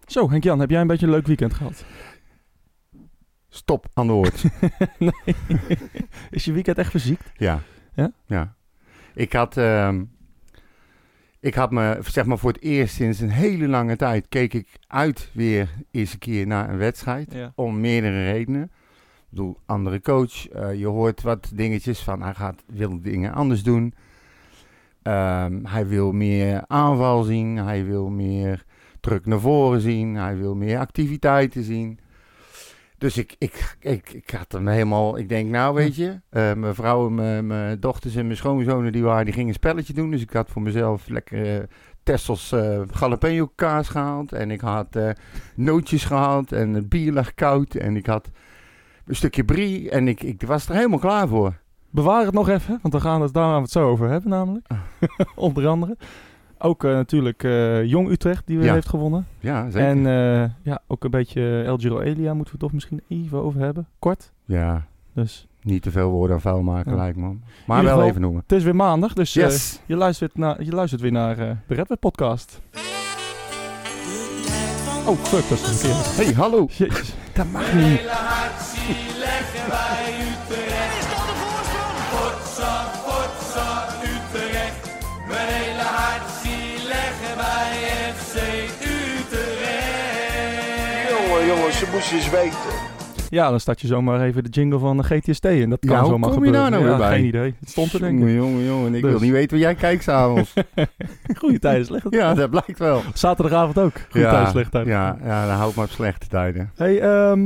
Zo, Henk-Jan, heb jij een beetje een leuk weekend gehad? Stop aan de woord. Nee. Is je weekend echt verziekt? Ja. Ja? Ja. Ik had me, zeg maar voor het eerst sinds een hele lange tijd, keek ik uit weer eens een keer naar een wedstrijd. Ja. Om meerdere redenen. Ik bedoel, andere coach. Je hoort wat dingetjes van wil dingen anders doen. Hij wil meer aanval zien. Hij wil meer druk naar voren zien. Hij wil meer activiteiten zien. Dus ik had hem helemaal... Ik denk, nou weet je... mijn vrouw, mijn dochters en mijn schoonzonen die gingen een spelletje doen. Dus ik had voor mezelf lekker Tessels jalapeno kaas gehaald. En ik had nootjes gehaald. En het bier lag koud. En ik had een stukje brie. En ik was er helemaal klaar voor. Bewaar het nog even, want daar gaan we het zo over hebben namelijk. Onder andere. Ook natuurlijk Jong Utrecht die weer heeft gewonnen. Ja, zeker. En ook een beetje El Giro Elia moeten we het toch misschien even over hebben. Kort. Ja, dus niet te veel woorden aan vuil maken lijkt me. Maar wel even noemen. Het is weer maandag, dus yes. Je luistert weer naar de Red Web podcast. Oh, fuck, dat is verkeerd. Hey, hallo. Jezus. Dat mag niet. Jongens, ze moesten eens weten. Ja, dan start je zomaar even de jingle van de GTST en dat kan hoe zomaar kom gebeuren. je daar nou weer bij? Geen idee. Het stond er denk ik. Jongen. Ik wil niet weten wat jij kijkt s'avonds. Goeie tijden, slechte tijden. Ja, dat blijkt wel. Zaterdagavond ook. Goeie tijden, slechte tijden. Ja, dan hou ik maar op slechte tijden. Hey,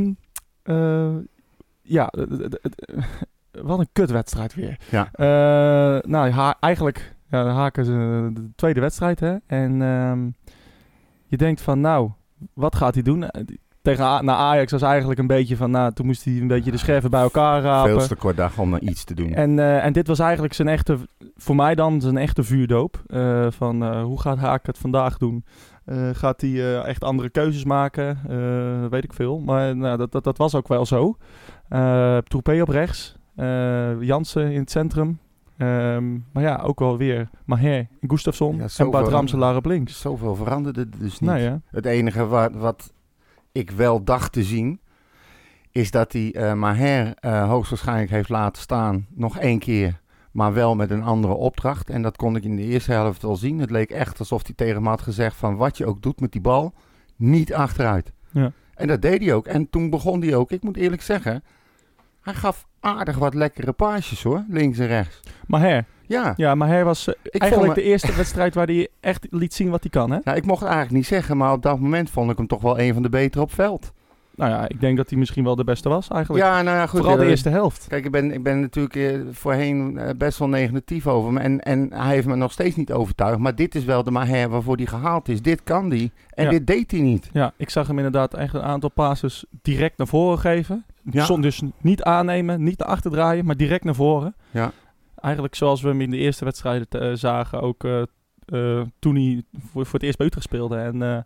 wat een kutwedstrijd weer. Ja. Eigenlijk haken ze de tweede wedstrijd, hè. En je denkt van, nou, wat gaat hij doen? Naar Ajax was eigenlijk een beetje van, toen moest hij een beetje de scherven bij elkaar rapen. Veel te kort dag om iets te doen. En dit was eigenlijk voor mij dan zijn echte vuurdoop. Hoe gaat Haak het vandaag doen? Gaat hij echt andere keuzes maken? Weet ik veel. Maar dat was ook wel zo. Troepé op rechts. Jansen in het centrum. Maar ja, ook wel weer Maher en Gustafsson en Bart Ramselaar op links. Zoveel veranderde dus niet. Nou ja. Het enige wat ik wel dacht te zien, is dat hij Maher hoogstwaarschijnlijk heeft laten staan nog 1 keer, maar wel met een andere opdracht. En dat kon ik in de eerste helft wel zien. Het leek echt alsof hij tegen me had gezegd van wat je ook doet met die bal, niet achteruit. Ja. En dat deed hij ook. En toen begon hij ook, ik moet eerlijk zeggen, hij gaf aardig wat lekkere paasjes hoor, links en rechts. Maher? Ja. Ja, Maher was eigenlijk de eerste wedstrijd waar hij echt liet zien wat hij kan, hè? Ja, ik mocht het eigenlijk niet zeggen, maar op dat moment vond ik hem toch wel een van de betere op veld. Nou ja, ik denk dat hij misschien wel de beste was eigenlijk. Ja, nou ja, goed. Vooral de eerste helft. Kijk, ik ben natuurlijk voorheen best wel negatief over hem. En hij heeft me nog steeds niet overtuigd. Maar dit is wel de Maher waarvoor hij gehaald is. Dit kan hij. En dit deed hij niet. Ja, ik zag hem inderdaad echt een aantal passes direct naar voren geven. Ja. Dus niet aannemen, niet naar achter draaien, maar direct naar voren. Ja. Eigenlijk zoals we hem in de eerste wedstrijden zagen. Ook toen hij voor het eerst bij Utrecht speelde. En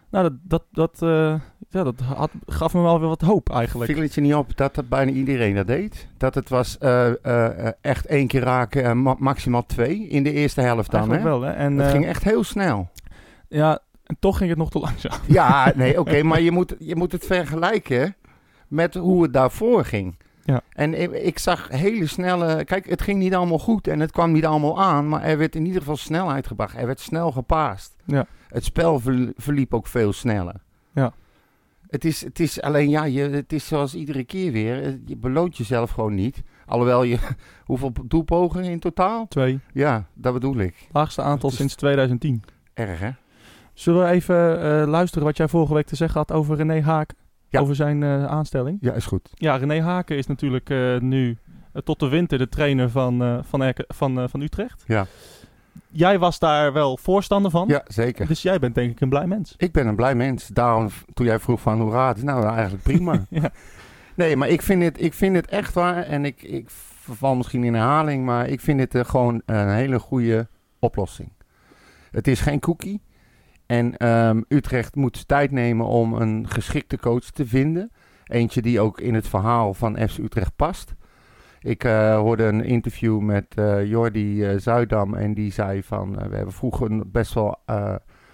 dat gaf me wel weer wat hoop eigenlijk. Viel het je niet op dat bijna iedereen dat deed? Dat het was echt 1 keer raken en maximaal 2 in de eerste helft dan, eigenlijk hè? Wel, hè? En, het ging echt heel snel. Ja, en toch ging het nog te langzaam. Ja, nee, oké, maar je moet het vergelijken met hoe het daarvoor ging. Ja. En ik zag hele snelle... Kijk, het ging niet allemaal goed en het kwam niet allemaal aan, maar er werd in ieder geval snelheid gebracht. Er werd snel gepaast. Ja. Het spel verliep ook veel sneller. Ja. Het is alleen, het is zoals iedere keer weer. Je beloont jezelf gewoon niet. Alhoewel je... Hoeveel doelpogingen in totaal? 2. Ja, dat bedoel ik. Laagste aantal sinds 2010. Erg, hè? Zullen we even luisteren wat jij vorige week te zeggen had over René Haken? Ja. Over zijn aanstelling? Ja, is goed. Ja, René Haken is natuurlijk nu tot de winter de trainer van Utrecht. Ja. Jij was daar wel voorstander van. Ja, zeker. Dus jij bent denk ik een blij mens. Ik ben een blij mens. Daarom, toen jij vroeg van hoe raad is, nou eigenlijk prima. Ja. Nee, maar ik vind het echt waar. En ik verval misschien in herhaling, maar ik vind het gewoon een hele goede oplossing. Het is geen cookie. En Utrecht moet tijd nemen om een geschikte coach te vinden. Eentje die ook in het verhaal van FC Utrecht past. Ik hoorde een interview met Jordi Zuidam en die zei van... we hebben vroeger best wel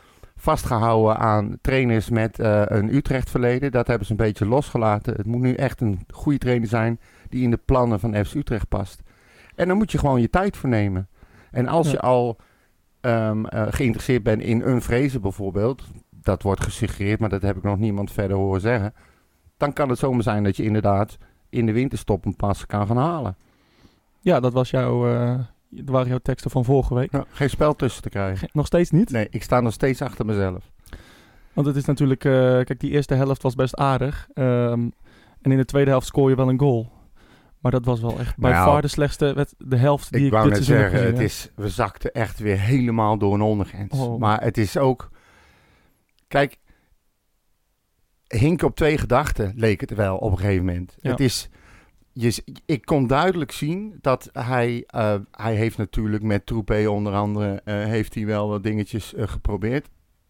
vastgehouden aan trainers met een Utrecht verleden. Dat hebben ze een beetje losgelaten. Het moet nu echt een goede trainer zijn die in de plannen van FC Utrecht past. En dan moet je gewoon je tijd voor nemen. En als je al geïnteresseerd bent in een Vrezen bijvoorbeeld, dat wordt gesuggereerd, maar dat heb ik nog niemand verder horen zeggen, dan kan het zomaar zijn dat je inderdaad in de winterstop een pas kan gaan halen. Ja, dat waren jouw teksten van vorige week. Ja, geen spel tussen te krijgen. Nog steeds niet? Nee, ik sta nog steeds achter mezelf. Want het is natuurlijk, kijk, die eerste helft was best aardig. En in de tweede helft scoor je wel een goal. Maar dat was wel echt bij far de slechtste de helft die ik dit seizoen heb gezien. We zakten echt weer helemaal door een ondergrens. Oh. Maar het is ook... Kijk, hinken op 2 gedachten leek het wel op een gegeven moment. Ja. Het is... Ik kon duidelijk zien dat hij heeft natuurlijk met Troepé onder andere... heeft hij wel wat dingetjes geprobeerd.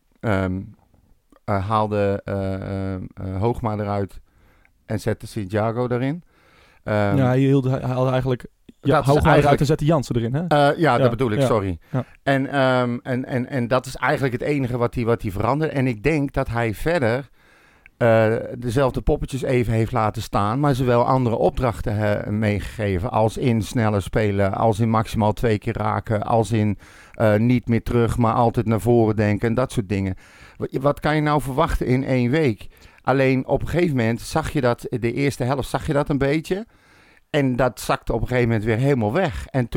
Haalde Hoogma eruit en zette Santiago erin. Hij haalde eigenlijk Hoogma eruit en zette Jansen erin. Hè? Dat bedoel ik, sorry. Ja. En dat is eigenlijk het enige wat hij veranderde. En ik denk dat hij verder dezelfde poppetjes even heeft laten staan, maar ze wel andere opdrachten meegegeven. Als in sneller spelen, als in maximaal 2 keer raken, als in niet meer terug, maar altijd naar voren denken en dat soort dingen. Wat kan je nou verwachten in 1 week? Alleen op een gegeven moment zag je dat, de eerste helft zag je dat een beetje. En dat zakte op een gegeven moment weer helemaal weg. En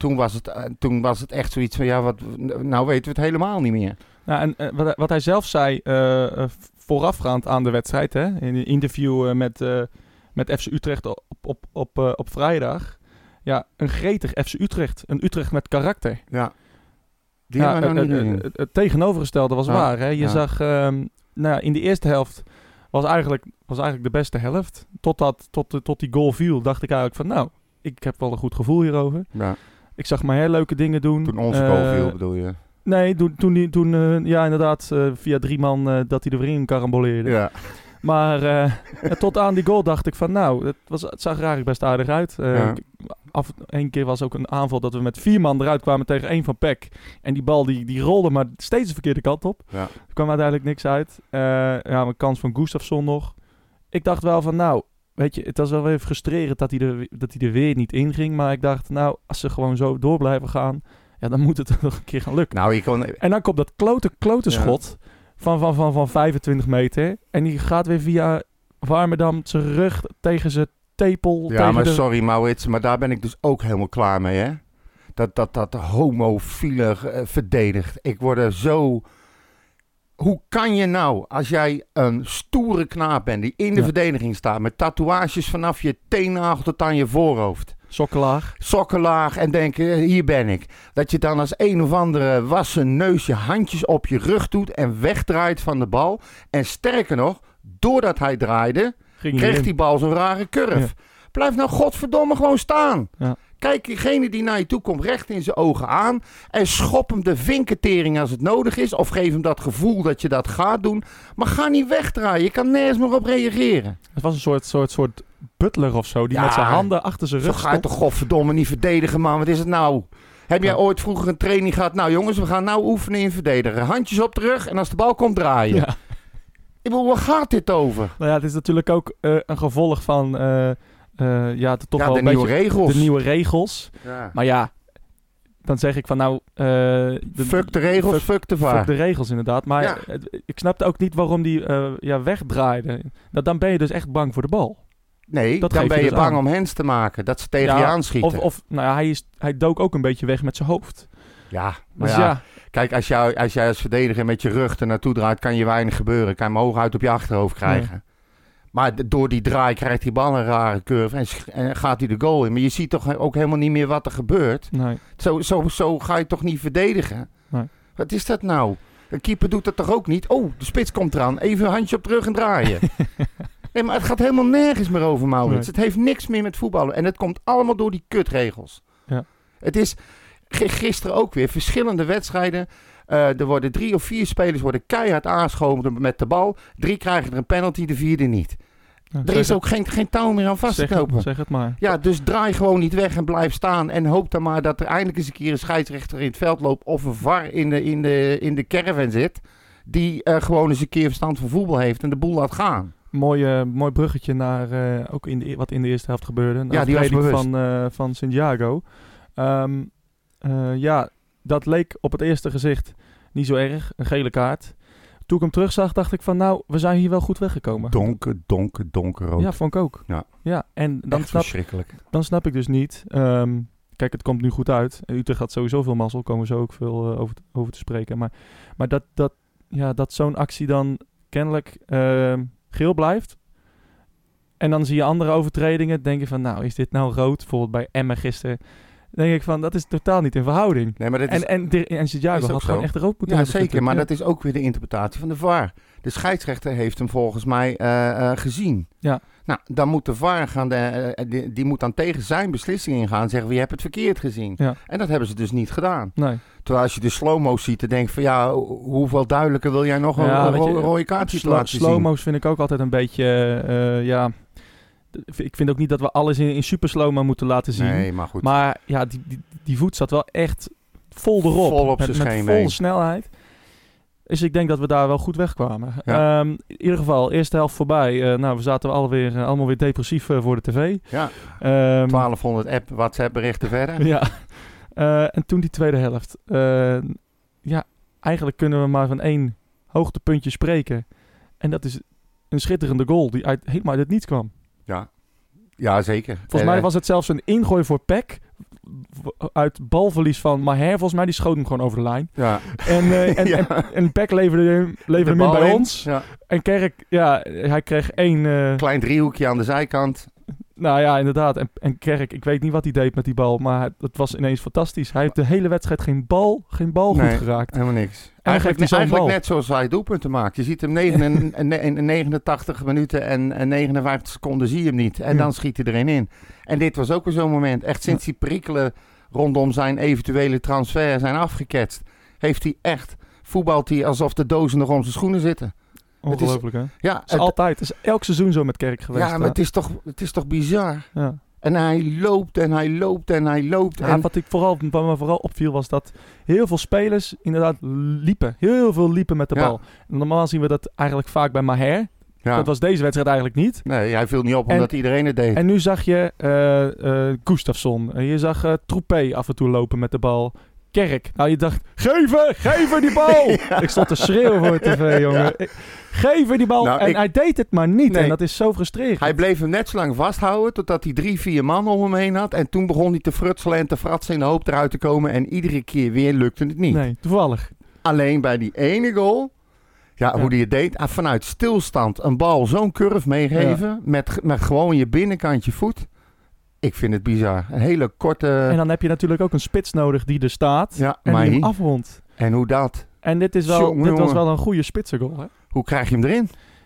toen was het echt zoiets van, nou weten we het helemaal niet meer. Nou, en wat hij zelf zei voorafgaand aan de wedstrijd, hè, in een interview met FC Utrecht op vrijdag. Ja, een gretig FC Utrecht. Een Utrecht met karakter. Ja. Die hebben we nog niet het tegenovergestelde was waar. Hè? Je zag, in de eerste helft was eigenlijk de beste helft. Tot die goal viel, dacht ik eigenlijk van, ik heb wel een goed gevoel hierover. Ja. Ik zag maar heel leuke dingen doen. Toen onze goal viel, bedoel je? Nee, toen inderdaad, via 3 man dat hij er weer in karamboleerde. Ja. Maar tot aan die goal dacht ik van, het zag er eigenlijk best aardig uit. Eén keer was ook een aanval dat we met 4 man eruit kwamen tegen 1 van PEC. En die bal die rolde maar steeds de verkeerde kant op. Ja. Er kwam uiteindelijk niks uit. Een kans van Gustafsson nog. Ik dacht wel van, weet je, het was wel weer frustrerend dat hij er weer niet in ging. Maar ik dacht, als ze gewoon zo door blijven gaan, dan moet het nog een keer gaan lukken. En dan komt dat klote schot van 25 meter. En die gaat weer via Warmerdam zijn rug tegen zijn tepel. Ja, maar sorry Maurits, maar daar ben ik dus ook helemaal klaar mee, hè. Dat homofiele verdedigt. Ik word er zo... Hoe kan je nou, als jij een stoere knaap bent die in de verdediging staat met tatoeages vanaf je teennagel tot aan je voorhoofd. Sokkenlaag en denken, hier ben ik. Dat je dan als een of andere wassen neus je handjes op je rug doet en wegdraait van de bal. En sterker nog, doordat hij draaide, kreeg die bal zo'n rare curve. Ja. Blijf nou godverdomme gewoon staan. Ja. Kijk diegene die naar je toe komt recht in zijn ogen aan en schop hem de vinketering als het nodig is. Of geef hem dat gevoel dat je dat gaat doen. Maar ga niet wegdraaien. Je kan nergens meer op reageren. Het was een soort butler of zo die met zijn handen achter zijn rug stond. Zo ga je toch godverdomme niet verdedigen, man. Wat is het nou? Heb jij ooit vroeger een training gehad? Nou jongens, we gaan nou oefenen in verdedigen. Handjes op de rug en als de bal komt draaien. Ja. Ik bedoel, waar gaat dit over? Het is natuurlijk ook een gevolg van... de nieuwe regels. De nieuwe regels. Ja. Maar dan zeg ik van fuck de regels, fuck de VAR. Fuck de regels inderdaad. Maar ik snapte ook niet waarom die wegdraaide. Dan ben je dus echt bang voor de bal. Nee, dan ben je dus bang om hands te maken. Dat ze tegen je aanschieten. Hij dook ook een beetje weg met zijn hoofd. Ja, maar kijk, als jij als verdediger met je rug er naartoe draait, kan je weinig gebeuren. Kan je hem hooguit op je achterhoofd krijgen. Nee. Maar door die draai krijgt die bal een rare curve en gaat hij de goal in. Maar je ziet toch ook helemaal niet meer wat er gebeurt. Nee. Zo ga je toch niet verdedigen? Nee. Wat is dat nou? Een keeper doet dat toch ook niet? Oh, de spits komt eraan. Even een handje op de rug en draaien. Nee, maar het gaat helemaal nergens meer over, Maurits. Nee. Het heeft niks meer met voetballen. En het komt allemaal door die kutregels. Ja. Het is gisteren ook weer verschillende wedstrijden. Er worden 3 of 4 spelers worden keihard aangeschoven met de bal. 3 krijgen er een penalty, de 4e niet. Ja, er is ook geen touw meer aan vast te knopen. Zeg het maar. Ja, dus draai gewoon niet weg en blijf staan. En hoop dan maar dat er eindelijk eens een keer een scheidsrechter in het veld loopt. Of een VAR in de caravan zit. die gewoon eens een keer verstand van voetbal heeft en de boel laat gaan. Mooi bruggetje naar ook wat in de eerste helft gebeurde. Een Die was overtreding van Santiago. Dat leek op het eerste gezicht niet zo erg. Een gele kaart. Toen ik hem terugzag, dacht ik van nou, we zijn hier wel goed weggekomen. Donkerrood. Ja, vond ik ook. Ja, en verschrikkelijk. Dan snap ik dus niet. Kijk, het komt nu goed uit. En Utrecht had sowieso veel mazzel. Komen we zo ook veel over te spreken. Maar dat zo'n actie dan kennelijk geel blijft. En dan zie je andere overtredingen. Denk je van, nou, is dit nou rood? Bijvoorbeeld bij Emmen gisteren. Denk ik van, dat is totaal niet in verhouding. Nee, maar dat is, en Santiago had gewoon echt rood moeten hebben. Ja, zeker. Maar dat is ook weer de interpretatie van de VAR. De scheidsrechter heeft hem volgens mij gezien. Ja. Nou, dan moet de VAR die moet dan tegen zijn beslissing ingaan en zeggen, wie hebt het verkeerd gezien? Ja. En dat hebben ze dus niet gedaan. Nee. Terwijl als je de slow-mo's ziet, dan denk je van, ja, hoeveel duidelijker wil jij nog een rode kaartje laten zien? Slow-mo's vind ik ook altijd een beetje, ik vind ook niet dat we alles in super slow-mo moeten laten zien. Nee, maar goed. Maar ja, die voet zat wel echt vol erop. Vol op zijn scheen. Met volle snelheid. Dus ik denk dat we daar wel goed wegkwamen. Ja. In ieder geval, eerste helft voorbij. We zaten allemaal weer depressief voor de tv. Ja. 1200 WhatsApp berichten verder. Ja. En toen die tweede helft. Eigenlijk kunnen we maar van 1 hoogtepuntje spreken. En dat is een schitterende goal die helemaal uit het niets kwam. Ja, zeker. Volgens mij was het zelfs een ingooi voor PEC. Uit balverlies van Maher. Volgens mij die schoot hem gewoon over de lijn. Ja. En PEC leverde hem in bij ons. Ja. En Kerk, hij kreeg 1... klein driehoekje aan de zijkant. Nou ja, inderdaad. En Kerk, ik weet niet wat hij deed met die bal. Maar het was ineens fantastisch. Hij heeft de hele wedstrijd geen bal goed geraakt. Helemaal niks. En eigenlijk net zoals hij doelpunten maakt. Je ziet hem 89 minuten en 59 seconden zie je hem niet. En dan schiet hij erin in. En dit was ook weer zo'n moment. Echt sinds die perikelen rondom zijn eventuele transfer zijn afgeketst. Voetbalt hij alsof de dozen nog om zijn schoenen zitten. Ongelooflijk, hè? Ja, het is elk seizoen zo met Kerk geweest. Ja, maar het is toch bizar? Ja. En hij loopt en hij loopt en hij loopt. Ja, wat me vooral opviel was dat heel veel spelers inderdaad liepen. Heel veel liepen met de bal. En normaal zien we dat eigenlijk vaak bij Maher. Ja. Dat was deze wedstrijd eigenlijk niet. Nee, hij viel niet op omdat iedereen het deed. En nu zag je Gustafsson. En je zag Troepé af en toe lopen met de bal. Kerk. Nou, je dacht, geef die bal! Ja. Ik stond te schreeuwen voor de tv, jongen. Geef die bal. Nou, hij deed het maar niet. Nee. En dat is zo frustrerend. Hij bleef hem net zo lang vasthouden totdat hij 3-4 man om hem heen had. En toen begon hij te frutselen en te fratsen in de hoop eruit te komen. En iedere keer weer lukte het niet. Nee, toevallig. Alleen bij die ene goal, hoe hij het deed, vanuit stilstand een bal zo'n curve meegeven. Ja. Met gewoon je binnenkantje voet. Ik vind het bizar. Een hele korte... En dan heb je natuurlijk ook een spits nodig die er staat. Ja, en die hem afrondt. En hoe dat? En dit was wel een goede spitsengoal, hè? Hoe krijg je hem erin?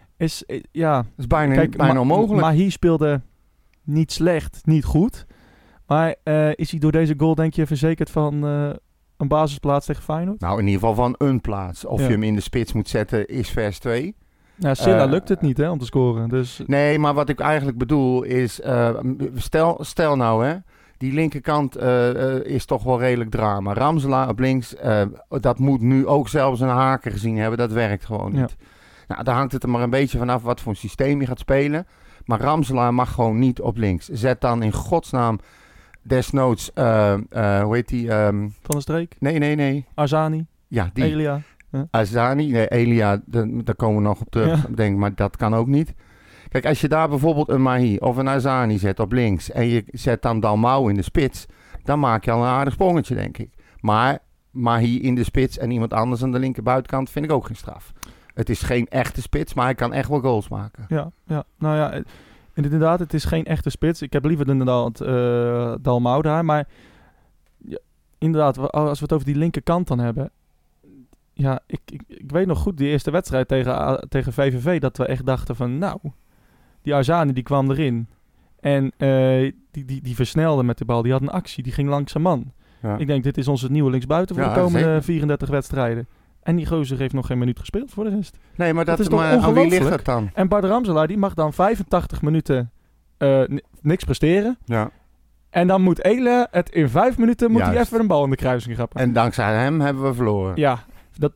Dat is bijna onmogelijk. Maar hij speelde niet slecht, niet goed. Maar is hij door deze goal, denk je, verzekerd van een basisplaats tegen Feyenoord? Nou, in ieder geval van een plaats. Of je hem in de spits moet zetten, is vers 2. Nou, Silla lukt het niet, hè, om te scoren. Dus... Nee, maar wat ik eigenlijk bedoel is... Stel nou, hè. Die linkerkant is toch wel redelijk drama. Ramselaar op links, dat moet nu ook zelfs een haker gezien hebben. Dat werkt gewoon niet. Ja. Nou, daar hangt het er maar een beetje vanaf wat voor een systeem je gaat spelen. Maar Ramselaar mag gewoon niet op links. Zet dan in godsnaam desnoods... hoe heet die? Van der Streek? Nee. Arzani? Ja, die. Elia? Azani, nee, Elia, daar komen we nog op terug, denk, maar dat kan ook niet. Kijk, als je daar bijvoorbeeld een Mahi of een Azani zet op links en je zet dan Dalmau in de spits, dan maak je al een aardig sprongetje, denk ik. Maar Mahi in de spits en iemand anders aan de linkerbuitenkant vind ik ook geen straf. Het is geen echte spits, maar hij kan echt wel goals maken. Ja. Nou ja, inderdaad, het is geen echte spits. Ik heb liever inderdaad Dalmau daar, maar inderdaad, als we het over die linkerkant dan hebben... Ja, ik weet nog goed die eerste wedstrijd tegen VVV... dat we echt dachten van... Nou, die Arzani die kwam erin. En die versnelde met de bal. Die had een actie. Die ging langs zijn man. Ja. Ik denk, dit is onze nieuwe linksbuiten... voor de komende 34 wedstrijden. En die gozer heeft nog geen minuut gespeeld voor de rest. Nee, maar dat is toch ongelooflijk? Aan wie ligt dat dan? En Bart Ramselaar die mag dan 85 minuten niks presteren. Ja. En dan moet Ele het in 5 minuten... moet hij even een bal in de kruising grappen. En dankzij hem hebben we verloren. Ja,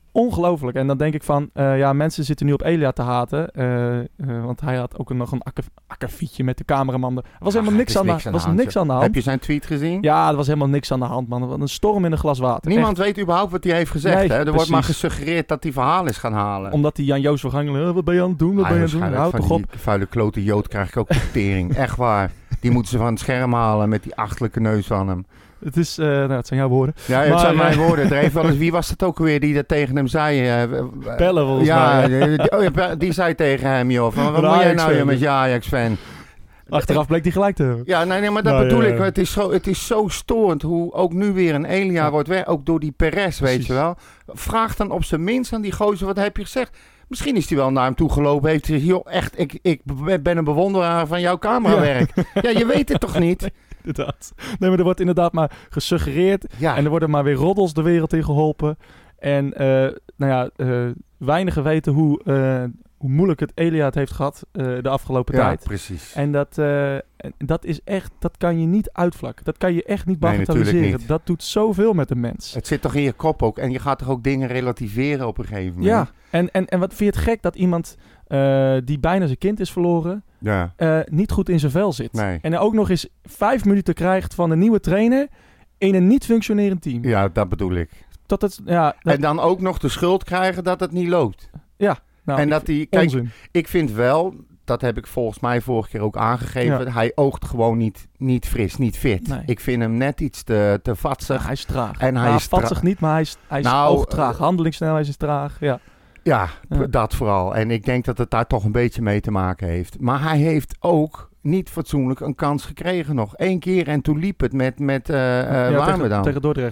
ongelooflijk. En dan denk ik van, mensen zitten nu op Elia te haten. Want hij had ook nog een akkefietje met de cameraman. Er was helemaal niks aan de hand. Heb je zijn tweet gezien? Ja, er was helemaal niks aan de hand, man. Wat een storm in een glas water. Niemand weet überhaupt wat hij heeft gezegd. Nee, hè? Er wordt precies. maar gesuggereerd dat hij verhaal is gaan halen. Omdat die Jan-Joos vergangelen, wat ben je aan het doen? Houd toch op. Die vuile klote Jood krijg ik ook tering. Echt waar. Die moeten ze van het scherm halen met die achterlijke neus van hem. Het is, het zijn jouw woorden. Ja, het zijn mijn woorden. Er heeft wel eens, wie was het ook alweer die dat tegen hem zei? Pelle volgens mij. Die zei tegen hem, joh. Van, wat moet jij nou joh, met je Ajax-fan? Achteraf bleek hij gelijk te hebben. Ja, nee, maar dat bedoel ik. Het is zo storend hoe ook nu weer een Elia wordt weg. Ook door die Perez, weet je wel. Vraag dan op zijn minst aan die gozer, wat heb je gezegd? Misschien is hij wel naar hem toe gelopen. Heeft hij gezegd, joh, echt, ik ben een bewonderaar van jouw camerawerk. Ja, je weet het toch niet? Inderdaad. Nee, maar er wordt inderdaad maar gesuggereerd. Ja. En er worden maar weer roddels de wereld in geholpen. En weinigen weten hoe moeilijk het Elia het heeft gehad de afgelopen tijd. Ja, precies. En dat is echt, dat kan je niet uitvlakken. Dat kan je echt niet bagatelliseren. Nee, niet. Dat doet zoveel met een mens. Het zit toch in je kop ook. En je gaat toch ook dingen relativeren op een gegeven moment. Ja, en wat vind je het gek dat iemand die bijna zijn kind is verloren, niet goed in zijn vel zit. Nee. En ook nog eens 5 minuten krijgt van een nieuwe trainer in een niet functionerend team. Ja, dat bedoel ik. En dan ook nog de schuld krijgen dat het niet loopt. Ja. Nou, en dat die, kijk, onzin. Ik vind wel, dat heb ik volgens mij vorige keer ook aangegeven, hij oogt gewoon niet fris, niet fit. Nee. Ik vind hem net iets te vatsig. Ja, hij is traag. En hij is vatsig niet, maar hij is ook traag. Handelingssnelheid is traag, Ja, dat vooral. En ik denk dat het daar toch een beetje mee te maken heeft. Maar hij heeft ook niet fatsoenlijk een kans gekregen nog. 1 keer en toen liep het met Warmerdam. Tegen Dordrecht,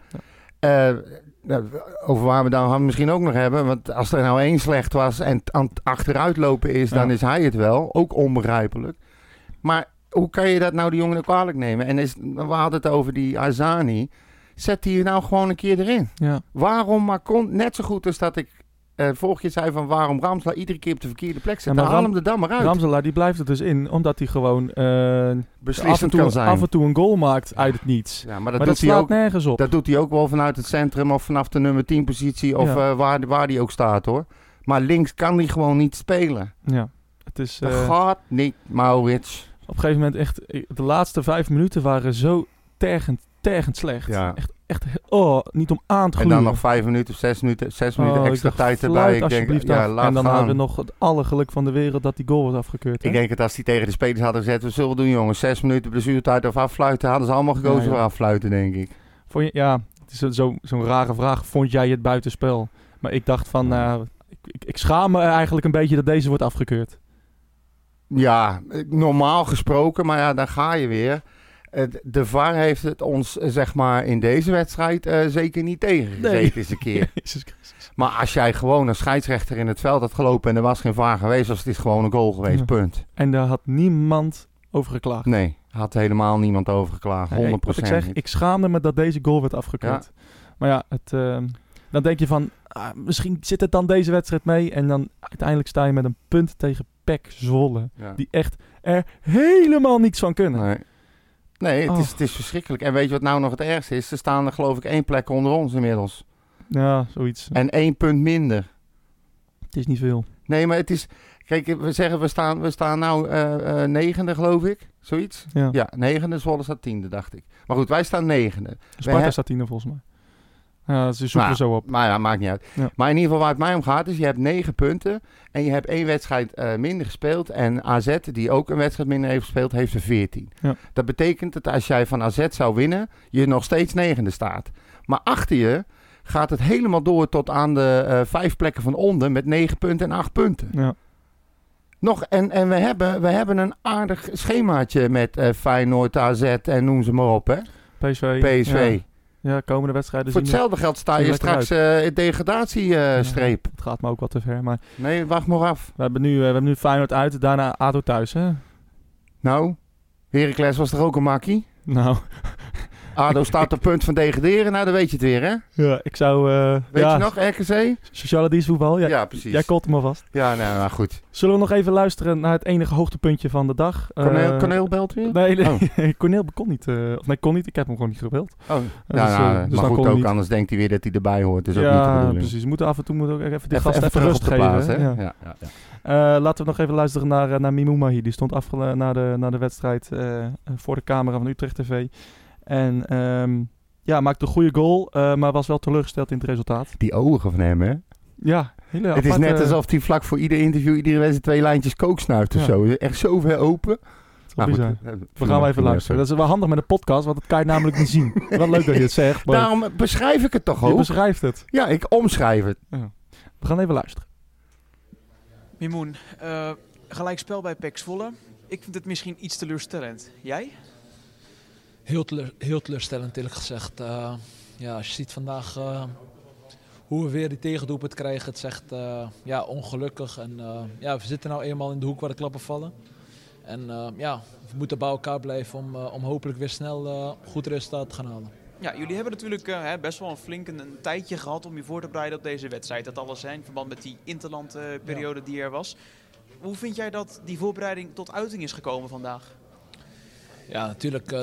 Over Warmerdam gaan we misschien ook nog hebben. Want als er nou 1 slecht was en aan het achteruitlopen is, dan is hij het wel. Ook onbegrijpelijk. Maar hoe kan je dat nou die jongen kwalijk nemen? En we hadden het over die Azani. Zet die nou gewoon een keer erin. Ja. Waarom maar net zo goed als dat ik vorige keer zei van waarom Ramselaar iedere keer op de verkeerde plek zit. Haal hem er dan maar uit. Ramselaar die blijft er dus in, omdat hij gewoon beslissend kan zijn. Af en toe een goal maakt uit het niets. Ja, maar dat slaat ook nergens op. Dat doet hij ook wel vanuit het centrum of vanaf de nummer 10 positie of waar hij ook staat hoor. Maar links kan hij gewoon niet spelen. Ja, het is... dat gaat niet, Maurits. Op een gegeven moment echt, de laatste 5 minuten waren zo tergend slecht. Ja. Echt, niet om aan te gluren. En dan nog 5 minuten, 6 minuten extra tijd erbij. Ik denk, en dan hadden we nog het alle geluk van de wereld dat die goal wordt afgekeurd. Ik denk dat als die tegen de spelers hadden gezet, we zullen doen jongens, 6 minuten blessuretijd of affluiten, hadden ze allemaal gekozen voor affluiten, denk ik. Het is zo'n rare vraag. Vond jij het buitenspel? Maar ik dacht van, ik schaam me eigenlijk een beetje dat deze wordt afgekeurd. Ja, normaal gesproken, maar ja, dan ga je weer. De VAR heeft het ons, zeg maar, in deze wedstrijd zeker niet tegengezeten eens een keer. Maar als jij gewoon een scheidsrechter in het veld had gelopen en er was geen VAR geweest, was het gewoon een goal geweest, punt. En daar had niemand over geklaagd? Nee, had helemaal niemand over geklaagd, 100%. Wat ik zeg, ik schaamde me dat deze goal werd afgekeurd. Ja. Maar ja, dan denk je van, misschien zit het dan deze wedstrijd mee en dan uiteindelijk sta je met een punt tegen PEC Zwolle, die echt er helemaal niets van kunnen. Nee, het is verschrikkelijk. En weet je wat nou nog het ergste is? Er staan er geloof ik 1 plek onder ons inmiddels. Ja, zoiets. En 1 punt minder. Het is niet veel. Nee, maar het is... Kijk, we zeggen we staan nou 9e geloof ik. Zoiets? Ja, 9e. Zwolle staat 10e, dacht ik. Maar goed, wij staan 9e. Sparta staat 10e volgens mij. Ja, ze zoeken er zo op. Maar ja, maakt niet uit. Ja. Maar in ieder geval waar het mij om gaat is, je hebt 9 punten en je hebt 1 wedstrijd minder gespeeld. En AZ, die ook een wedstrijd minder heeft gespeeld, heeft er 14. Ja. Dat betekent dat als jij van AZ zou winnen, je nog steeds 9e staat. Maar achter je gaat het helemaal door tot aan de 5 plekken van onder met 9 punten en 8 punten. Ja. En we hebben een aardig schemaatje met Feyenoord, AZ en noem ze maar op, hè? PSV. Ja, komende wedstrijden. Voor hetzelfde geld sta je straks in degradatiestreep. Het gaat me ook wat te ver, maar... Nee, wacht maar af. We hebben nu Feyenoord uit, daarna ADO thuis, hè? Nou, Heracles was toch ook een makkie? Nou, ADO staat op punt van degraderen. Nou, dan weet je het weer, hè? Ja, ik zou... Weet je nog, RKC? Sociale dienstvoetbal. Ja, precies. Jij kolt hem alvast. Ja, nou, maar goed. Zullen we nog even luisteren naar het enige hoogtepuntje van de dag? Corneel belt weer? Nee, Corneel kon niet. Kon niet. Ik heb hem gewoon niet gebeld. Oh, Dus, maar dan goed kon hij ook, niet. anders denkt hij weer dat hij erbij hoort. Dus ook niet de bedoeling. Precies. We moeten af en toe ook even die gast even even terug rust op de geven. plaats, Hè? hè? Ja. Ja. Laten we nog even luisteren naar Mimoun Mahi. Die stond na de wedstrijd voor de camera van Utrecht TV. En maakte een goede goal, maar was wel teleurgesteld in het resultaat. Die ogen van hem, hè? Ja, hele Het is net alsof hij vlak voor ieder interview, iedere wedstrijd 2 lijntjes kook snuift of zo. Echt zo ver open. We gaan even luisteren. Dat is wel handig met een podcast, want dat kan je namelijk niet zien. Wel leuk dat je het zegt. Maar Daarom beschrijf ik het toch ook? je beschrijft het. Ja, ik omschrijf het. Ja. We gaan even luisteren. Mimoun, gelijkspel bij PEC Zwolle. Ik vind het misschien iets teleurstellend. Jij? Heel teleurstellend eerlijk gezegd. Als je ziet vandaag hoe we weer die tegendoelpunt krijgen, het is echt ongelukkig. En we zitten nou eenmaal in de hoek waar de klappen vallen. En we moeten bij elkaar blijven om hopelijk weer snel goed resultaat te gaan halen. Ja, jullie hebben natuurlijk best wel een tijdje gehad om je voor te bereiden op deze wedstrijd. Dat alles in verband met die interlandperiode die er was. Hoe vind jij dat die voorbereiding tot uiting is gekomen vandaag? Ja, natuurlijk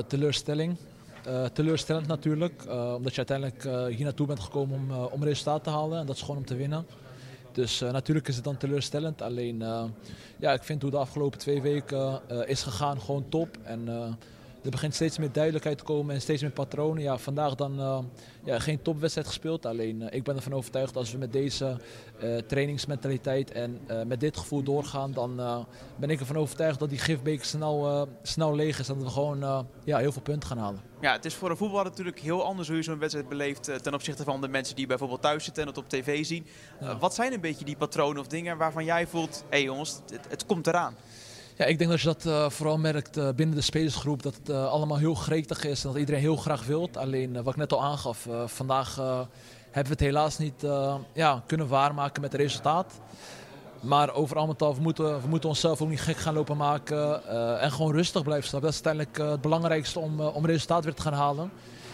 teleurstellend natuurlijk. Omdat je uiteindelijk hier naartoe bent gekomen om resultaat te halen. En dat is gewoon om te winnen. Dus natuurlijk is het dan teleurstellend. Alleen, ik vind hoe de afgelopen 2 weken is gegaan gewoon top. En er begint steeds meer duidelijkheid te komen en steeds meer patronen. Ja, vandaag dan geen topwedstrijd gespeeld. Alleen ik ben ervan overtuigd als we met deze trainingsmentaliteit en met dit gevoel doorgaan, dan ben ik ervan overtuigd dat die gifbeker snel leeg is en dat we gewoon heel veel punten gaan halen. Ja, het is voor een voetballer natuurlijk heel anders hoe je zo'n wedstrijd beleeft ten opzichte van de mensen die bijvoorbeeld thuis zitten en het op tv zien. Wat zijn een beetje die patronen of dingen waarvan jij voelt, hé jongens, het komt eraan? Ja, ik denk dat je dat vooral merkt binnen de spelersgroep, dat het allemaal heel gretig is en dat iedereen heel graag wilt. Alleen wat ik net al aangaf, vandaag hebben we het helaas niet kunnen waarmaken met het resultaat. Maar over met al, we moeten onszelf ook niet gek gaan lopen maken en gewoon rustig blijven staan. Dat is uiteindelijk het belangrijkste om resultaat weer te gaan halen.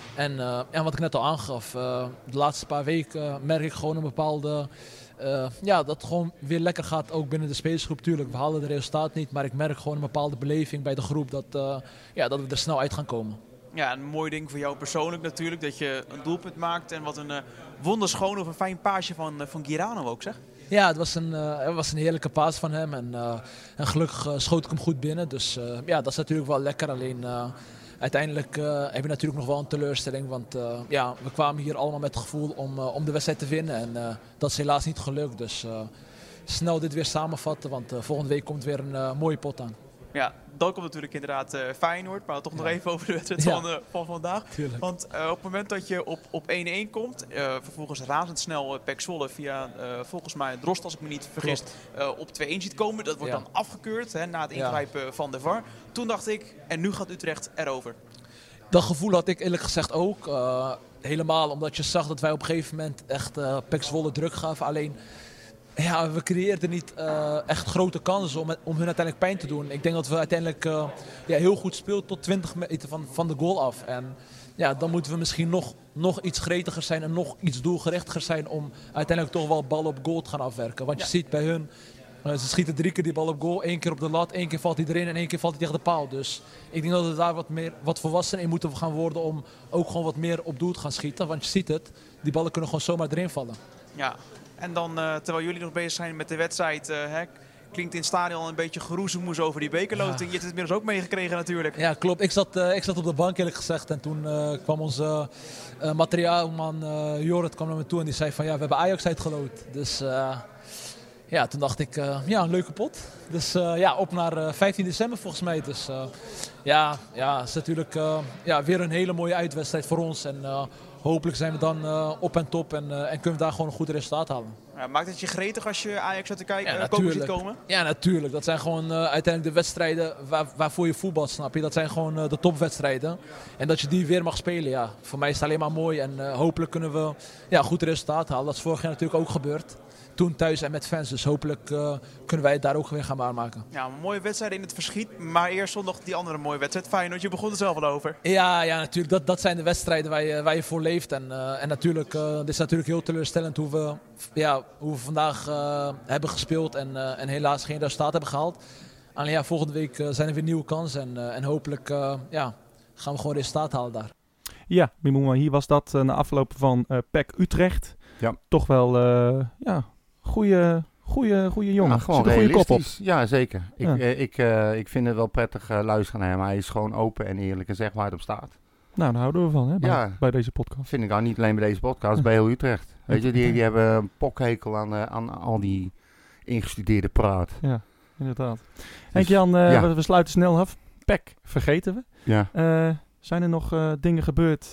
En wat ik net al aangaf, de laatste paar weken merk ik gewoon een bepaalde... dat het gewoon weer lekker gaat, ook binnen de spelersgroep. Tuurlijk, we halen de resultaat niet, maar ik merk gewoon een bepaalde beleving bij de groep dat we er snel uit gaan komen. Ja, een mooi ding voor jou persoonlijk natuurlijk, dat je een doelpunt maakt en wat een wonderschoon of een fijn paasje van Girano ook, zeg. Ja, het was een heerlijke paas van hem en gelukkig schoot ik hem goed binnen. Dus dat is natuurlijk wel lekker, alleen... Uiteindelijk hebben we natuurlijk nog wel een teleurstelling, want we kwamen hier allemaal met het gevoel om de wedstrijd te winnen en dat is helaas niet gelukt. Dus snel dit weer samenvatten, want volgende week komt weer een mooie pot aan. Ja, dan komt natuurlijk inderdaad Feyenoord, maar toch nog even over de wedstrijd van vandaag. Tuurlijk. Want op het moment dat je op 1-1 komt, vervolgens razendsnel PEC Zwolle via volgens mij Drost, als ik me niet vergis, op 2-1 ziet komen. Dat wordt dan afgekeurd na het ingrijpen van de VAR. Toen dacht ik, en nu gaat Utrecht erover. Dat gevoel had ik eerlijk gezegd ook. Helemaal omdat je zag dat wij op een gegeven moment echt PEC Zwolle druk gaven. Alleen... Ja, we creëerden niet echt grote kansen om hun uiteindelijk pijn te doen. Ik denk dat we uiteindelijk heel goed speelden tot 20 meter van de goal af. En dan moeten we misschien nog iets gretiger zijn en nog iets doelgerichtiger zijn om uiteindelijk toch wel ballen op goal te gaan afwerken. Want je ziet bij hun, ze schieten 3 keer die bal op goal, 1 keer op de lat, 1 keer valt hij erin en 1 keer valt hij tegen de paal. Dus ik denk dat we daar wat volwassener in moeten gaan worden om ook gewoon wat meer op doel te gaan schieten. Want je ziet het, die ballen kunnen gewoon zomaar erin vallen. Ja. En dan, terwijl jullie nog bezig zijn met de wedstrijd, klinkt in het stadion een beetje geroezemoes over die bekerloting. Je hebt het inmiddels ook meegekregen natuurlijk. Ja, klopt. Ik zat op de bank eerlijk gezegd en toen kwam onze materiaalman Jorrit kwam naar me toe en die zei van we hebben Ajax uitgeloot. Dus toen dacht ik, een leuke pot. Dus op naar 15 december volgens mij. Dus het is natuurlijk weer een hele mooie uitwedstrijd voor ons. En hopelijk zijn we dan op en top en kunnen we daar gewoon een goed resultaat halen. Ja, maakt het je gretig als je Ajax uit te kijken ziet komen? Ja, natuurlijk. Dat zijn gewoon uiteindelijk de wedstrijden waarvoor je voetbal, snap je? Dat zijn gewoon de topwedstrijden. En dat je die weer mag spelen, voor mij is het alleen maar mooi. En hopelijk kunnen we goed resultaat halen. Dat is vorig jaar natuurlijk ook gebeurd. toen thuis en met fans. Dus hopelijk kunnen wij het daar ook weer gaan waarmaken. Ja, een mooie wedstrijd in het verschiet. Maar eerst zondag die andere mooie wedstrijd. Feyenoord, je begon er zelf al over. Ja, natuurlijk. Dat zijn de wedstrijden waar je voor leeft. En natuurlijk, het is natuurlijk heel teleurstellend hoe we vandaag hebben gespeeld. En helaas geen resultaat hebben gehaald. Alleen volgende week zijn er weer nieuwe kansen. En hopelijk gaan we gewoon resultaat halen daar. Ja, Mimouma, hier was dat na afloop van PEC Utrecht. Ja. Toch wel, goede jongen. Ja, gewoon zit een goede kop op. Ja, zeker. Ja. Ik vind het wel prettig luisteren naar hem. Hij is gewoon open en eerlijk en zeg waar het op staat. Nou, daar houden we van, hè, bij deze podcast. Vind ik al niet alleen bij deze podcast, bij heel Utrecht. Weet je, die hebben een pokhekel aan al die ingestudeerde praat. Ja, inderdaad. Dus, Henk-Jan, we sluiten snel af. PEC vergeten we. Ja. Zijn er nog dingen gebeurd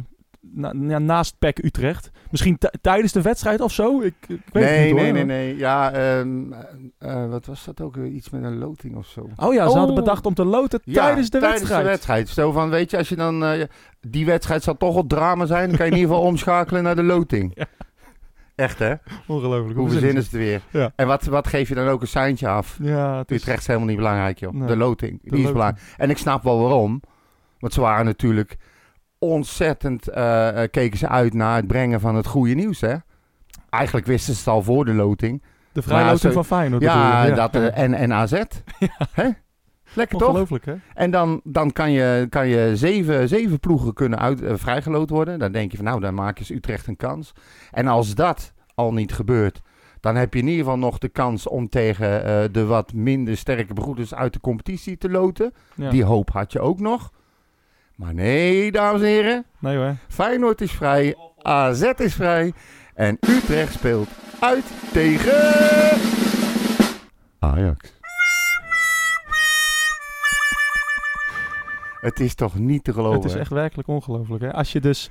naast PEC Utrecht? Misschien tijdens de wedstrijd of zo? Ik weet het niet hoor. Nee. Ja, wat was dat ook? Iets met een loting of zo. Oh ja, ze hadden bedacht om te loten tijdens de wedstrijd. Tijdens de wedstrijd. Zo van, weet je, als je dan... die wedstrijd zal toch wel drama zijn. Dan kan je in ieder geval omschakelen naar de loting. Ja. Echt, hè? Ongelooflijk. Hoe verzinnen ze het weer? Ja. En wat geef je dan ook een seintje af? Ja, Utrecht is helemaal niet belangrijk, joh. Nee. De loting, die is belangrijk. En ik snap wel waarom. Want ze waren natuurlijk ontzettend... keken ze uit naar het brengen van het goede nieuws, hè? Eigenlijk wisten ze het al voor de loting. De vrijloting van Feyenoord. En AZ. Ja. Hè? Lekker toch? Ongelooflijk, hè? En dan kan je 7 ploegen kunnen vrijgeloot worden. Dan denk je van, nou, dan maak je Utrecht een kans. En als dat al niet gebeurt, dan heb je in ieder geval nog de kans om tegen de wat minder sterke broeders uit de competitie te loten. Ja. Die hoop had je ook nog. Maar nee, dames en heren. Nee hoor. Feyenoord is vrij, AZ is vrij en Utrecht speelt uit tegen Ajax. Het is toch niet te geloven. Het is echt werkelijk ongelooflijk. Hè? Als je dus...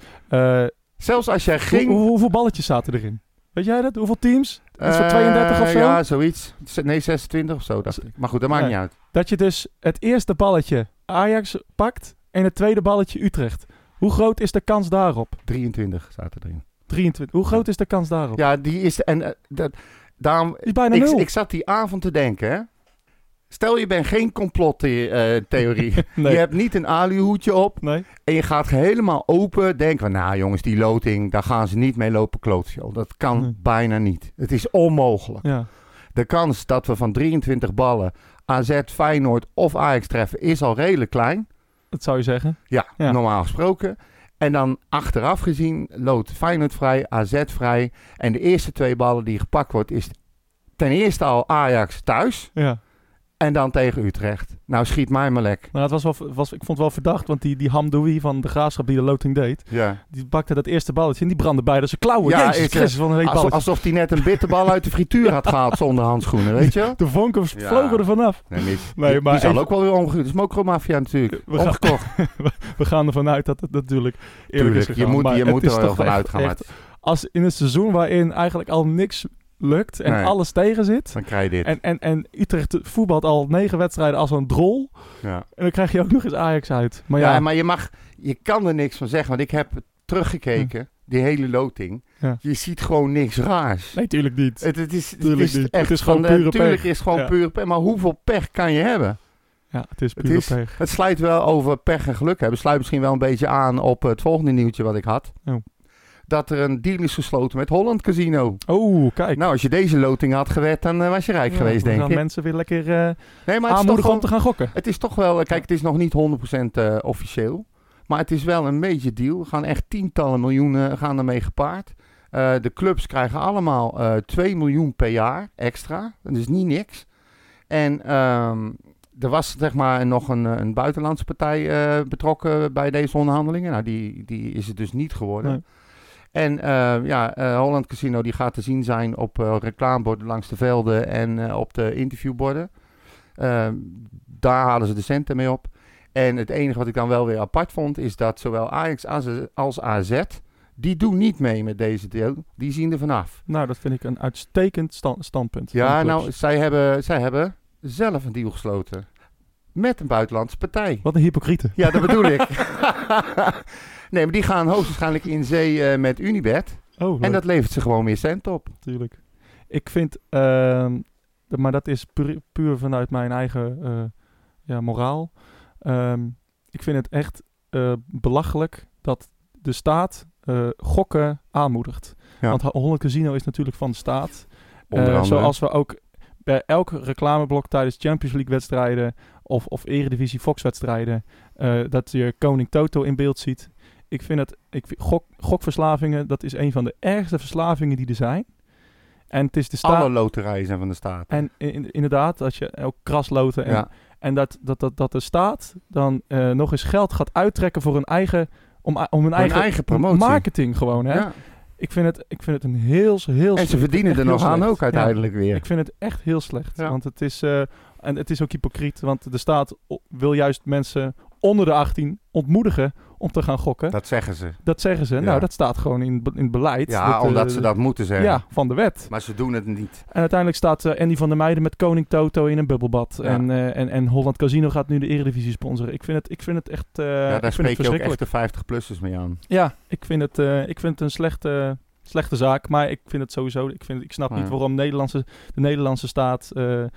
zelfs als jij geen... Hoeveel balletjes zaten erin? Weet jij dat? Hoeveel teams? Iets van 32 of zo? Ja, zoiets. Nee, 26 of zo, dacht ik. Maar goed, dat maakt niet uit. Dat je dus het eerste balletje Ajax pakt en het tweede balletje Utrecht. Hoe groot is de kans daarop? 23 zaten erin. 23. Hoe groot is de kans daarop? Ja, die is... En daarom... Is bijna 0. Ik zat die avond te denken, hè. Stel, je bent geen complottheorie. Nee. Je hebt niet een alihoedje op. Nee. En je gaat helemaal open. Denk van, nou jongens, die loting, daar gaan ze niet mee lopen klootje. Dat kan bijna niet. Het is onmogelijk. Ja. De kans dat we van 23 ballen AZ, Feyenoord of Ajax treffen is al redelijk klein. Dat zou je zeggen. Ja, normaal gesproken. En dan achteraf gezien loopt Feyenoord vrij, AZ vrij. En de eerste 2 ballen die gepakt wordt is ten eerste al Ajax thuis. Ja. En dan tegen Utrecht. Nou, schiet mij maar lek. Maar het ik vond het wel verdacht, want die Hamdoui van de Graafschap die de loting deed, die bakte dat eerste balletje en die brandde beide zijn klauwen. Ja, Jezus Christus, van een heet balletje. Alsof hij net een bitterbal uit de frituur had gehaald zonder handschoenen, weet je? De vonken vlogen er vanaf. Nee, maar die zal ook wel weer omgegaan. Het is Mokromafia natuurlijk. Omgekocht. We gaan ervan uit dat het natuurlijk eerlijk is gegaan. Je moet er wel van uitgaan. Als in een seizoen waarin eigenlijk al niks lukt en alles tegen zit. Dan krijg je dit. En Utrecht voetbalt al 9 wedstrijden als een drol. Ja. En dan krijg je ook nog eens Ajax uit. Maar maar je kan er niks van zeggen. Want ik heb teruggekeken, die hele loting. Ja. Je ziet gewoon niks raars. Nee, tuurlijk niet. Het is niet. Echt het is gewoon pure tuurlijk pech. Is gewoon pure pech. Maar hoeveel pech kan je hebben? Ja, het is pure pech. Het sluit wel over pech en geluk hebben. Het sluit misschien wel een beetje aan op het volgende nieuwtje wat ik had. Oh. Dat er een deal is gesloten met Holland Casino. Oh, kijk. Nou, als je deze loting had gewet, dan was je rijk geweest, denk ik. Dan gaan mensen weer lekker aanmoedigen om te gaan gokken. Het is toch wel... Kijk, het is nog niet 100% officieel. Maar het is wel een major deal. Er gaan echt tientallen miljoenen gaan ermee gepaard. De clubs krijgen allemaal 2 miljoen per jaar extra. Dat is niet niks. En er was zeg maar nog een buitenlandse partij betrokken bij deze onderhandelingen. Nou, die is het dus niet geworden. Nee. En Holland Casino die gaat te zien zijn op reclameborden langs de velden en op de interviewborden. Daar halen ze de centen mee op. En het enige wat ik dan wel weer apart vond is dat zowel Ajax als AZ, die doen niet mee met deze deal. Die zien er vanaf. Nou, dat vind ik een uitstekend standpunt. Ja, nou, zij hebben zelf een deal gesloten. Met een buitenlandse partij. Wat een hypocriete. Ja, dat bedoel ik. Nee, maar die gaan hoogstwaarschijnlijk in zee met Unibet. Oh, en dat levert ze gewoon meer cent op. Tuurlijk. Ik vind, maar dat is puur vanuit mijn eigen moraal. Ik vind het echt belachelijk dat de staat gokken aanmoedigt. Ja. Want Holland Casino is natuurlijk van de staat. Onder andere. Zoals we ook bij elk reclameblok tijdens Champions League wedstrijden of Eredivisie Fox wedstrijden, dat je Koning Toto in beeld ziet. Ik vind gokverslavingen, dat is een van de ergste verslavingen die er zijn. En het is de staat. Alle loterijen zijn van de staat. En inderdaad, als je ook krasloten en dat de staat dan nog eens geld gaat uittrekken voor hun eigen om hun eigen promotie. Marketing gewoon, hè? Ja. Ik vind het een heel en ze verdienen er nog aan ook uiteindelijk weer. Ik vind het echt heel slecht. Ja. Want het is en het is ook hypocriet, want de staat wil juist mensen onder de 18 ontmoedigen om te gaan gokken. Dat zeggen ze. Ja. Nou, dat staat gewoon in het beleid. Ja, omdat ze dat moeten zeggen. Ja, van de wet. Maar ze doen het niet. En uiteindelijk staat Andy van der Meijden met Koning Toto in een bubbelbad. Ja. En Holland Casino gaat nu de Eredivisie sponsoren. Ik vind het echt daar spreek je ook echt de 50-plussers mee aan. Ja, ik vind het een slechte zaak. Maar ik vind het sowieso... Ik snap niet waarom de Nederlandse staat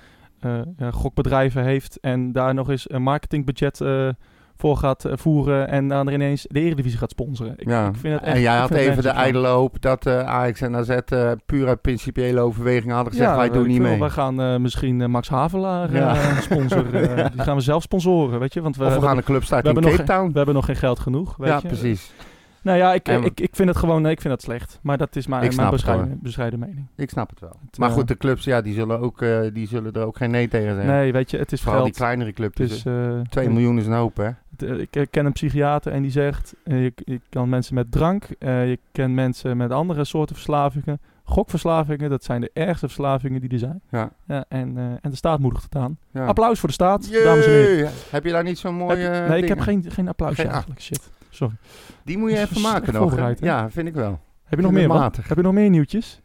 gokbedrijven heeft en daar nog eens een marketingbudget voor gaat voeren en dan er ineens de Eredivisie gaat sponsoren. Ik vind het echt, en jij had even de ijdele hoop dat Ajax en AZ puur uit principiële overwegingen hadden gezegd, wij doen niet mee. We gaan misschien Max Havelaar sponsoren. Die gaan we zelf sponsoren, weet je. Want we gaan de club starten in Cape Town. We hebben nog geen geld genoeg, weet je. Precies. Nou ja, ik vind het gewoon... Nee, ik vind dat slecht. Maar dat is mijn bescheiden mening. Ik snap het wel. Maar goed, de clubs, die zullen er ook geen nee tegen zeggen. Nee, weet je, het is vooral geld. Die kleinere clubjes. 2 miljoen is een hoop, hè? Ik ken een psychiater en die zegt... Je kan mensen met drank, je kent mensen met andere soorten verslavingen. Gokverslavingen, dat zijn de ergste verslavingen die er zijn. Ja, en de staat moedigt het aan. Ja. Applaus voor de staat, dames en heren. Heb je daar niet zo'n mooie Nee, ik heb geen applausje eigenlijk. Shit. Sorry. Die moet je even maken nog. Ja, vind ik wel. Heb je nog meer nieuwtjes?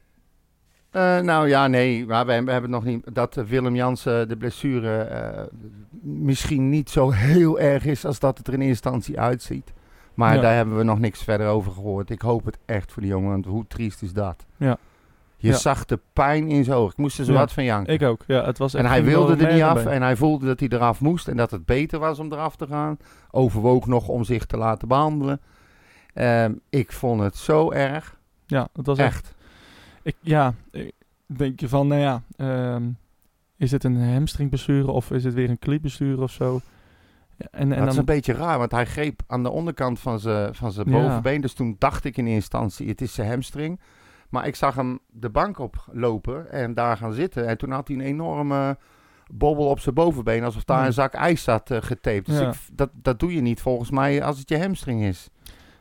Nee. Maar we hebben nog niet... Dat Willem Jansen de blessure misschien niet zo heel erg is als dat het er in eerste instantie uitziet. Maar daar hebben we nog niks verder over gehoord. Ik hoop het echt voor die jongen, want hoe triest is dat? Ja. Je zag de pijn in zijn ogen. Ik moest er zo wat van janken. Ik ook. Ja, het was echt en hij wilde er niet af en hij voelde dat hij eraf moest en dat het beter was om eraf te gaan. Overwoog nog om zich te laten behandelen. Ik vond het zo erg. Ja, het was echt. Ik denk je van, is het een hamstringblessure of is het weer een kliepblessure of zo? Ja, en dat is een beetje raar, want hij greep aan de onderkant van zijn bovenbeen. Dus toen dacht ik in eerste instantie, het is zijn hamstring. Maar ik zag hem de bank oplopen en daar gaan zitten. En toen had hij een enorme bobbel op zijn bovenbeen, alsof daar een zak ijs zat getaped. Dus dat doe je niet volgens mij als het je hamstring is.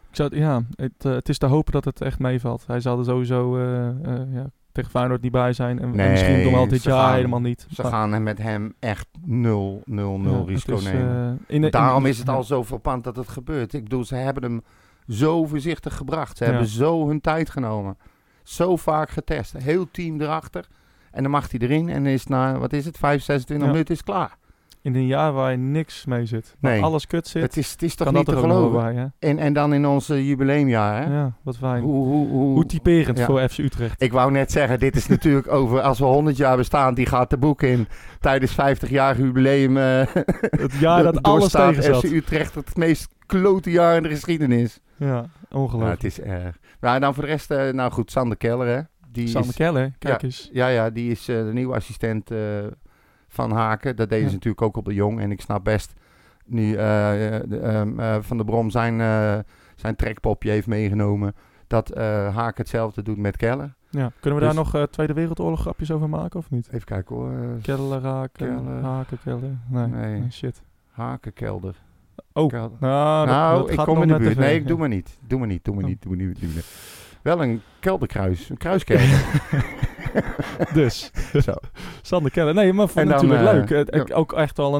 Het is te hopen dat het echt meevalt. Hij zal er sowieso tegen Feyenoord niet bij zijn. En misschien nog wel dit jaar helemaal niet. Ze gaan met hem echt 0-0-0 risico nemen. Daarom is het al zo verpand dat het gebeurt. Ik bedoel, ze hebben hem zo voorzichtig gebracht. Ze hebben zo hun tijd genomen. Zo vaak getest. Heel team erachter. En dan mag hij erin. En is na, 25 minuten is het klaar. In een jaar waar je niks mee zit. Waar alles kut zit. Het is toch niet te geloven. En dan in ons jubileumjaar. Hè? Ja, wat fijn. Hoe typerend voor FC Utrecht. Ik wou net zeggen, dit is natuurlijk over... Als we 100 jaar bestaan, die gaat de boek in. Tijdens 50-jarig jubileum. Het jaar dat alles tegen zat. FC Utrecht het meest klote jaar in de geschiedenis. Ja, ongelooflijk. Het is erg. Maar dan voor de rest, Sander Keller, hè. Sander Keller, kijk eens. Ja, die is de nieuwe assistent van Haken. Dat deden ze natuurlijk ook op de Jong. En ik snap best nu Van der Brom zijn trekpopje heeft meegenomen. Dat Haken hetzelfde doet met Keller. Ja. Kunnen we daar nog Tweede Wereldoorlog grapjes over maken of niet? Even kijken hoor. Keller, Haken, Keller. Nee, shit. Haken, Kelder. Oh, dat ik kom in de buurt. Nee, doe maar niet. Doe maar niet. Wel een kelderkruis. Een kruiskelder. Dus. Zo. Sander Keller. Nee, maar vond het natuurlijk leuk. Ook echt wel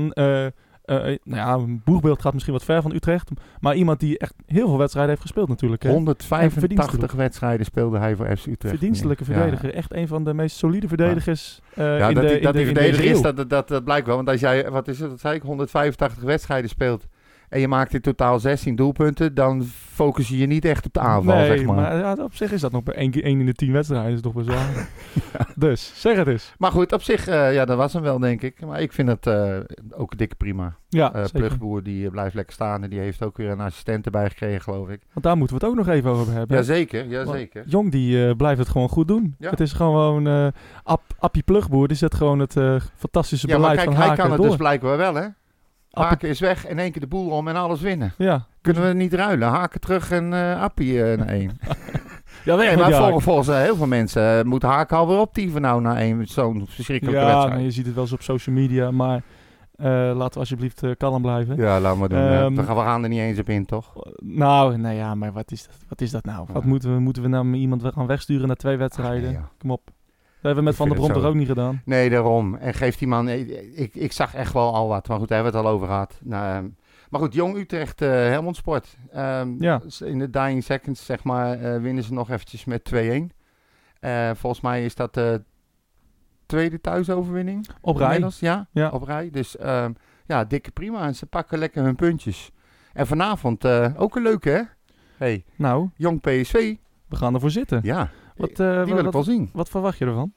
een boegbeeld gaat misschien wat ver van Utrecht. Maar iemand die echt heel veel wedstrijden heeft gespeeld natuurlijk. Hè? 185 wedstrijden speelde hij voor FC Utrecht. Verdienstelijke verdediger. Echt een van de meest solide verdedigers die verdediger is, dat blijkt wel. Want als jij, wat zei ik, 185 wedstrijden speelt en je maakt in totaal 16 doelpunten, dan focus je je niet echt op de aanval, zeg maar. Ja, op zich is dat nog bij 1 in de 10 wedstrijden. Dat is toch best wel. Dus, zeg het eens. Maar goed, op zich, dat was hem wel, denk ik. Maar ik vind het ook dik prima. Ja, zeker. Plugboer, die blijft lekker staan en die heeft ook weer een assistent erbij gekregen, geloof ik. Want daar moeten we het ook nog even over hebben. Jazeker. Jong, die blijft het gewoon goed doen. Ja. Het is gewoon Appie Plugboer, die zet gewoon het fantastische beleid maar kijk, van Haken hij kan het door. dus blijkbaar wel, hè? Haken is weg, in één keer de boel om en alles winnen. Ja. Kunnen we niet ruilen? Haken terug en Appie naar 1. Ja, weg Nee, met die maar Haken. volgens heel veel mensen moet Haken alweer optieven nou na zo'n verschrikkelijke wedstrijd. Ja, je ziet het wel eens op social media, maar laten we alsjeblieft kalm blijven. Ja, laat maar doen. Ehm, we gaan er niet eens op in, toch? Nou ja, maar wat is dat nou? Ja. Wat moeten we nou iemand gaan wegsturen naar 2 wedstrijden? Ach, nee, ja. Kom op. Dat hebben we met Ik Van der vind Brom het toch zo. ook niet gedaan? Nee, daarom. En geeft die man... Ik zag echt wel al wat. Maar goed, daar hebben we het al over gehad. Nou, maar goed, Jong Utrecht, Helmond Sport. Ja. In de dying seconds, zeg maar, winnen ze nog eventjes met 2-1. Volgens mij is dat de tweede thuisoverwinning. Op rij. Inmiddels, Ja. op rij. Dus dikke prima. En ze pakken lekker hun puntjes. En vanavond ook een leuke, hè? Hey, Nou, Jong PSV. we gaan ervoor zitten. Ja, Wat, die wil ik wel zien. Wat verwacht je ervan?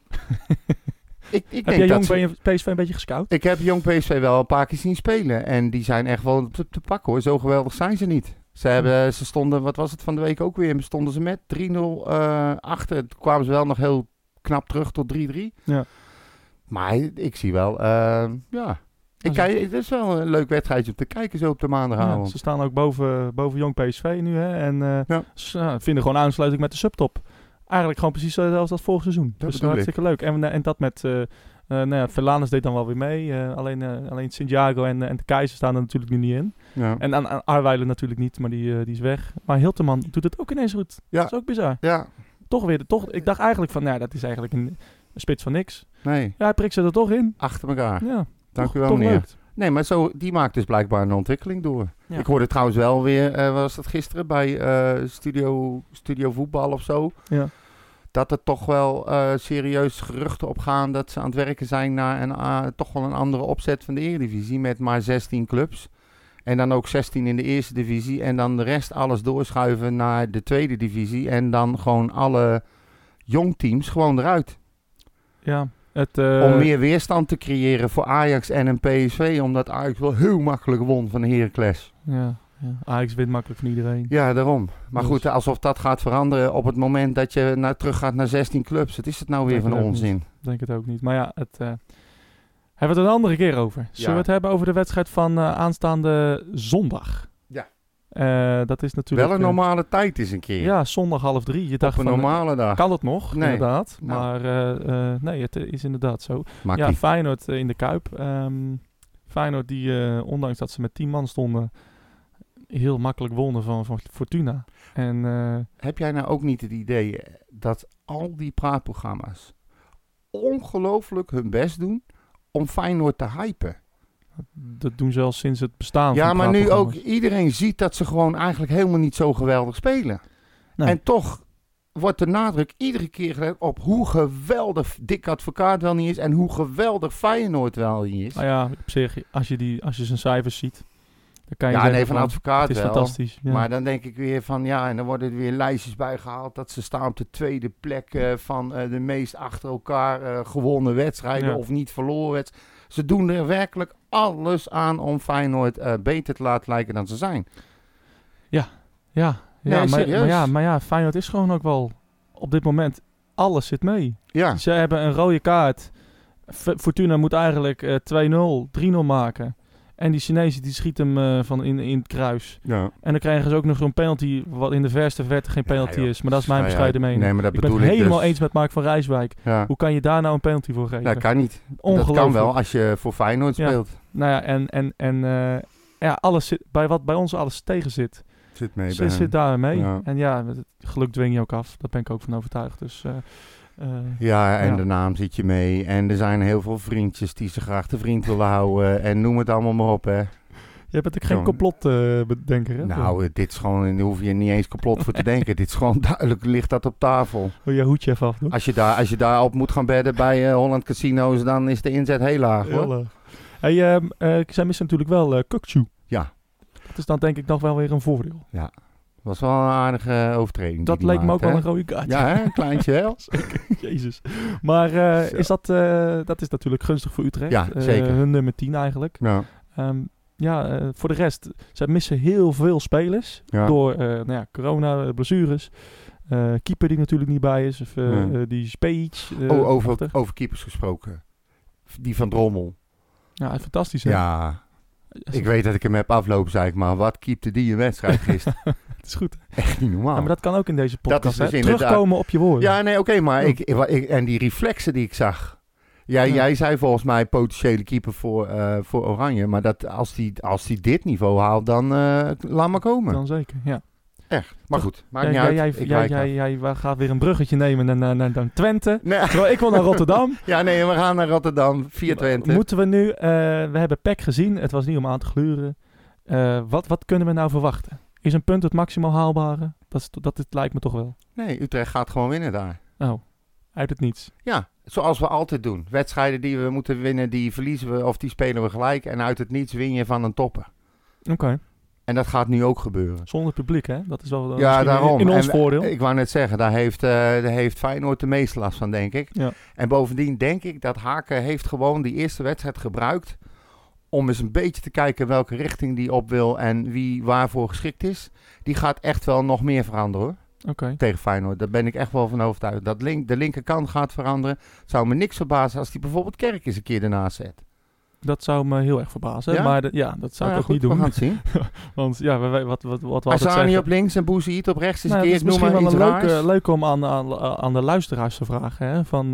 Ik Heb denk jij dat Jong PSV een beetje gescout? Ik heb Jong PSV wel een paar keer zien spelen. En die zijn echt wel te pakken, hoor. Zo geweldig zijn ze niet. Ze stonden, wat was het van de week ook weer? Stonden ze met 3-0 achter. Toen kwamen ze wel nog heel knap terug tot 3-3. Ja. Maar ik zie wel, het is wel een leuk wedstrijdje om te kijken zo op de maandagavond. Ja, ze staan ook boven Jong PSV nu. Hè? En Ja. ze vinden gewoon aansluiting met de subtop. Eigenlijk gewoon precies zoals dat vorig seizoen. Dat Dus bedoel hartstikke leuk. En dat met... Verlanes deed dan wel weer mee. Alleen Santiago en de Keizer staan er natuurlijk nu niet in. Ja. En aan Arweiler natuurlijk niet, maar die is weg. Maar Hilterman doet het ook ineens goed. Ja. Dat is ook bizar. Ja, Ik dacht eigenlijk van, dat is eigenlijk een spits van niks. nee, Ja, hij prikt ze er toch in. achter elkaar. Ja, Dank u wel, toch meneer. leuk. Nee, maar die maakt dus blijkbaar een ontwikkeling door. Ja. Ik hoorde trouwens wel weer, was dat gisteren bij Studio Voetbal of zo? Ja. Dat er toch wel serieus geruchten op gaan dat ze aan het werken zijn naar toch wel een andere opzet van de Eredivisie met maar 16 clubs. En dan ook 16 in de eerste divisie en dan de rest alles doorschuiven naar de tweede divisie en dan gewoon alle jongteams gewoon eruit. Ja, Om meer weerstand te creëren voor Ajax en een PSV, omdat Ajax wel heel makkelijk won van Heracles. Ja. Ajax wint makkelijk van iedereen. Ja, daarom. Maar Dus- goed, alsof dat gaat veranderen op het moment dat je terug gaat naar 16 clubs. Wat is het nou weer Denk van het ook onzin? Ik denk het ook niet. Maar ja, hebben we het een andere keer over. Zullen we het hebben over de wedstrijd van aanstaande zondag? Ja. Dat is natuurlijk... Wel een normale tijd is een keer. Ja, zondag 2:30. Je dacht Op een van, normale dag. kan het nog? Nee. Inderdaad. Nou. Maar nee, het is inderdaad zo. Makkie. Ja, Feyenoord in de Kuip. Feyenoord die, ondanks dat ze met 10 man stonden, heel makkelijk wonnen van Fortuna. En Heb jij nou ook niet het idee dat al die praatprogramma's ongelooflijk hun best doen om Feyenoord te hypen? dat doen ze al sinds het bestaan Ja, van maar nu ook praatprogramma's. iedereen ziet dat ze gewoon eigenlijk helemaal niet zo geweldig spelen. Nee. En toch wordt de nadruk iedere keer gelegd op hoe geweldig Dick Advocaat wel niet is en hoe geweldig Feyenoord wel niet is. Nou ja, op zich, als je zijn cijfers ziet, dan kan je Ja, zeggen nee, van Advocaat het is wel. fantastisch. Ja. Maar dan denk ik weer van, en dan worden er weer lijstjes bijgehaald dat ze staan op de tweede plek van de meest achter elkaar gewonnen wedstrijden Ja. of niet verloren wedstrijden. Ze doen er werkelijk alles aan om Feyenoord beter te laten lijken dan ze zijn. Nee, serieus. maar ja, Feyenoord is gewoon ook wel op dit moment, alles zit mee. Ja, Ze hebben een rode kaart. Fortuna moet eigenlijk 2-0, 3-0 maken. En die Chinezen die schiet hem van in het kruis. ja. En dan krijgen ze ook nog zo'n penalty, wat in de verste verte geen penalty joh. is. Maar dat is mijn Nou ja, bescheiden mening. Nee, maar dat Ik ben bedoel het ik helemaal dus. eens met Mark van Rijswijk. Ja. Hoe kan je daar nou een penalty voor geven? Dat kan niet. Dat Ongelooflijk. kan wel als je voor Feyenoord Ja. speelt. Nou ja, alles zit, bij wat bij ons alles tegen zit, Zit mee bij zit daar mee. Ja. En ja, het geluk dwing je ook af. Daar ben ik ook van overtuigd. Dus Ja, en Ja. de naam zit je mee. En er zijn heel veel vriendjes die ze graag de vriend willen houden. En noem het allemaal maar op, hè. je bent ook geen Zo. complotbedenker, hè? Nou, dit is gewoon, daar hoef je niet eens complot voor te denken. Dit is gewoon duidelijk, ligt dat op tafel. Wil je hoedje even afdoen? Als je daar op moet gaan bedden bij Holland Casino's, dan is de inzet heel laag, hoor. Heel laag. Hey, zij missen natuurlijk wel Kukçu. Ja. Dat is dan denk ik nog wel weer een voordeel. Ja, was wel een aardige overtreding. Dat die leek me ook maakte, wel hè? een rode kaart. Ja, hè? Een kleintje wel. Jezus. Maar is dat is natuurlijk gunstig voor Utrecht. Ja, zeker. Hun nummer 10 eigenlijk. Ja. Voor de rest, zij missen heel veel spelers. Ja. Door corona, blessures. Keeper die natuurlijk niet bij is. Of die Speech. Over keepers gesproken. Die van Drommel. Ja, fantastisch. Hè? Ja, ik weet dat ik hem heb aflopen, zei ik. Maar wat keepte die een wedstrijd gisteren? Het is goed. Echt niet normaal. Ja, maar dat kan ook in deze podcast. Dat is dus hè? inderdaad- Terugkomen op je woorden. Ja, nee, oké, maar en die reflexen die ik zag. Jij zei volgens mij potentiële keeper voor Oranje. Maar dat, als die dit niveau haalt, dan laat maar komen. Dan zeker, ja. Echt. Maar goed, maakt niet uit. Jij gaat weer een bruggetje nemen naar Twente. Nee. Terwijl ik wil naar Rotterdam. Ja, nee, we gaan naar Rotterdam via Twente. Moeten we nu... we hebben PEC gezien. Het was niet om aan te gluren. Wat kunnen we nou verwachten? Is een punt het maximaal haalbare? Dat lijkt me toch wel. Nee, Utrecht gaat gewoon winnen daar. Oh, uit het niets. Ja, zoals we altijd doen. Wedstrijden die we moeten winnen, die verliezen we of die spelen we gelijk. En uit het niets win je van een topper. Oké. En dat gaat nu ook gebeuren. Zonder publiek, hè? Dat is wel Ja, daarom. in ons En voordeel. Ik wou net zeggen, daar heeft Feyenoord de meeste last van, denk ik. Ja. En bovendien denk ik dat Haken heeft gewoon die eerste wedstrijd gebruikt om eens een beetje te kijken welke richting die op wil en wie waarvoor geschikt is. Die gaat echt wel nog meer veranderen, hoor. Oké. Tegen Feyenoord. Daar ben ik echt wel van overtuigd. Dat de linkerkant gaat veranderen. Het zou me niks verbazen als die bijvoorbeeld Kerk eens een keer ernaast zet. Dat zou me heel erg verbazen. Ja? Maar dat zou ik ook goed, niet doen. We gaan het zien. Want ja, wat we altijd Azani zeggen... op links en Bouzid op rechts is een Nou, keer. het is Ik noem misschien maar wel iets een raars. leuk om aan de luisteraars te vragen. Hè? Van,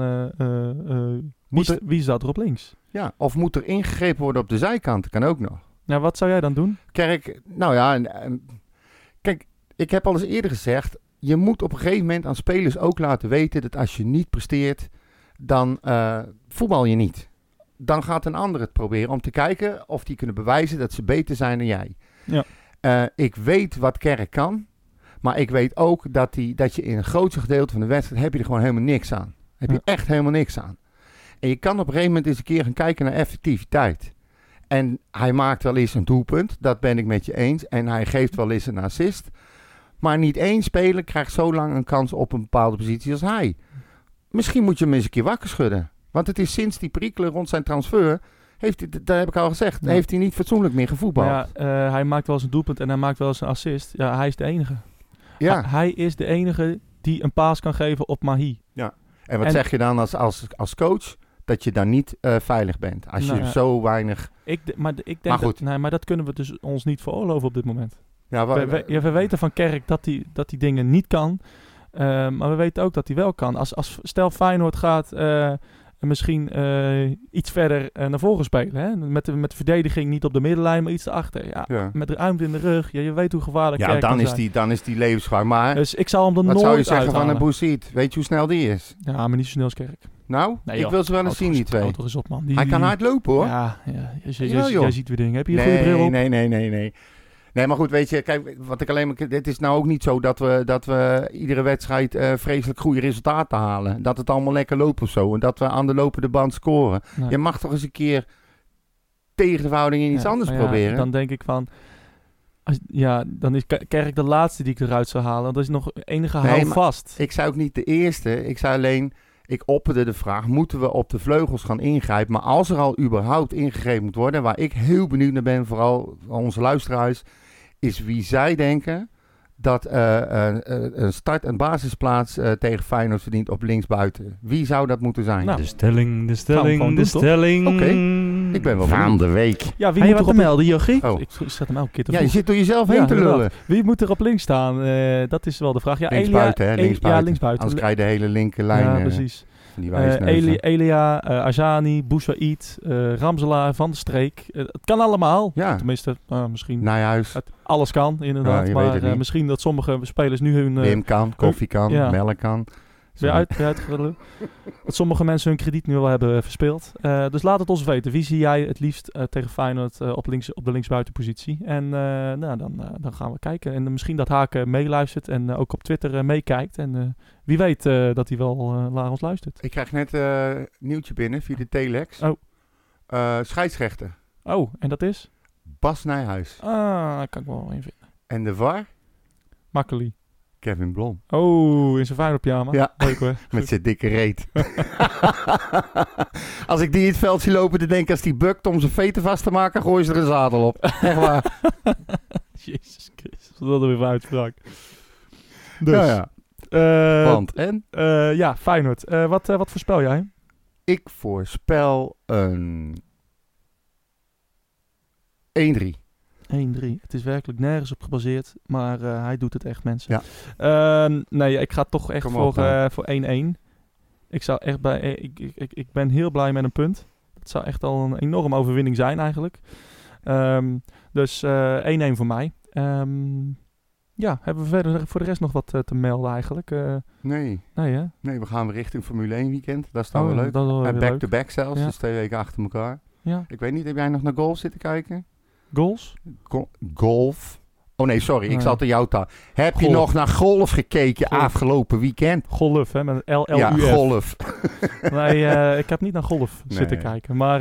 wie staat er op links? Ja, of moet er ingegrepen worden op de zijkant? Kan ook nog. Nou, wat zou jij dan doen? Kerk, nou ja, kijk, ik heb al eens eerder gezegd, je moet op een gegeven moment aan spelers ook laten weten dat als je niet presteert, dan voetbal je niet. Dan gaat een ander het proberen om te kijken of die kunnen bewijzen dat ze beter zijn dan jij. Ja. Ik weet wat Kerk kan, maar ik weet ook dat je in een grootste gedeelte van de wedstrijd heb je er gewoon helemaal niks aan. Heb je echt helemaal niks aan. En je kan op een gegeven moment eens een keer gaan kijken naar effectiviteit. En hij maakt wel eens een doelpunt, dat ben ik met je eens. En hij geeft wel eens een assist. Maar niet één speler krijgt zo lang een kans op een bepaalde positie als hij. Misschien moet je hem eens een keer wakker schudden. Want het is sinds die perikelen rond zijn transfer, dat heb ik al gezegd, heeft hij niet fatsoenlijk meer gevoetbald. Ja, hij maakt wel eens een doelpunt en hij maakt wel eens een assist. Ja, hij is de enige. Ja. Hij is de enige die een paas kan geven op Mahi. Ja. En wat zeg je dan als coach? Dat je dan niet veilig bent. Als je zo weinig... Ik denk goed. Maar dat kunnen we dus ons niet veroorloven op dit moment. Ja, we weten van Kerk dat die dingen niet kan. Maar we weten ook dat hij wel kan. Als stel Feyenoord gaat misschien iets verder naar voren spelen. Hè? Met de verdediging niet op de middenlijn, maar iets erachter. Ja. Met ruimte in de rug. Ja, je weet hoe gevaarlijk Kerk kan zijn. Dan is die levensgevaar. Maar dus ik zal hem er nooit wat zou je zeggen uithalen. van een Bouzid? Weet je hoe snel die is? Ja, maar niet zo snel als Kerk. Nou, Nee, ik wil ze wel eens zien, die twee. Houd toch eens op, man. Hij kan hard lopen, hoor. Ja, joh. jij ziet weer dingen. Heb je een goede bril op? Nee. Nee, maar goed, weet je, kijk, wat ik alleen maar... Dit is nou ook niet zo dat we iedere wedstrijd vreselijk goede resultaten halen. Dat het allemaal lekker loopt of zo. En dat we aan de lopende band scoren. Nee. Je mag toch eens een keer tegen de verhouding iets anders proberen. Dan denk ik van... dan is Kerk de laatste die ik eruit zou halen. Dat is nog enige houvast. Ik zei ook niet de eerste. Ik zei alleen... Ik opperde de vraag, moeten we op de vleugels gaan ingrijpen? Maar als er al überhaupt ingegrepen moet worden... waar ik heel benieuwd naar ben, vooral onze luisteraars... is wie zij denken dat een start- en basisplaats tegen Feyenoord verdient op linksbuiten. Wie zou dat moeten zijn? Nou, de stelling. Oké, ik ben wel van de week. Ja, wie Heb je moet wat er te melden, Jochie? Oh. Ik zet hem elke keer te Ja, vroeg. je zit door jezelf heen te inderdaad. lullen. Wie moet er op links staan? Dat is wel de vraag. Ja, Linksbuiten, hè? Linksbuiten. Ja, linksbuiten. Anders krijg je de hele linker lijn. Ja, precies. Die wijsneuzen. Elia, Azani, Boussaïd, Ramselaar, Van der Streek. Het kan allemaal. Ja. Tenminste, misschien. Nijhuis. Alles kan, inderdaad. Ja, je weet het maar niet. misschien dat sommige spelers nu hun... Wim kan, koffie kan, ja. melk kan. Weer uitgereden. Dat sommige mensen hun krediet nu al hebben verspeeld. Dus laat het ons weten. Wie zie jij het liefst tegen Feyenoord op de linksbuitenpositie? En dan gaan we kijken. En misschien dat Haken meeluistert en ook op Twitter meekijkt. En wie weet dat hij wel naar ons luistert. Ik krijg net een nieuwtje binnen via de telex. Oh. Scheidsrechter. Oh, en dat is? Bas Nijhuis. Ah, kan ik wel in vinden. En de VAR? Makkeli. Kevin Blom. Oh, in zijn Feyenoord pyjama. Ja, Leuk hoor. met zijn dikke reet. Als ik die in het veld zie lopen, dan denk ik als die bukt om zijn veten vast te maken, gooi ze er een zadel op. Echt waar. Jezus Christus, wat er weer voor uitspraak. Dus, Ja. Want, en? Ja, Feyenoord. Wat voorspel jij? Ik voorspel een 1-3. 1-3. Het is werkelijk nergens op gebaseerd, maar hij doet het echt, mensen. Ja. Nee, ik ga toch echt Kom op, voor 1-1. Ik zou echt ik ben heel blij met een punt. Het zou echt al een enorme overwinning zijn eigenlijk. Dus 1-1 voor mij. Ja, hebben we verder voor de rest nog wat te melden eigenlijk? Nee, Nee, hè? we gaan weer richting Formule 1 weekend. Dat is dan wel leuk. Dat is wel En weer leuk. back-to-back zelfs, Ja. dus 2 weken achter elkaar. Ja. Ik weet niet, heb jij nog naar golf zitten kijken? Goals? Golf? Oh nee, sorry, ik Nee. zat in jouw taal. Heb je Golf. nog naar golf gekeken Golf. afgelopen weekend? Golf, hè? Met een Ja, LUF. golf. Nee, ik heb niet naar golf Nee. zitten kijken. Maar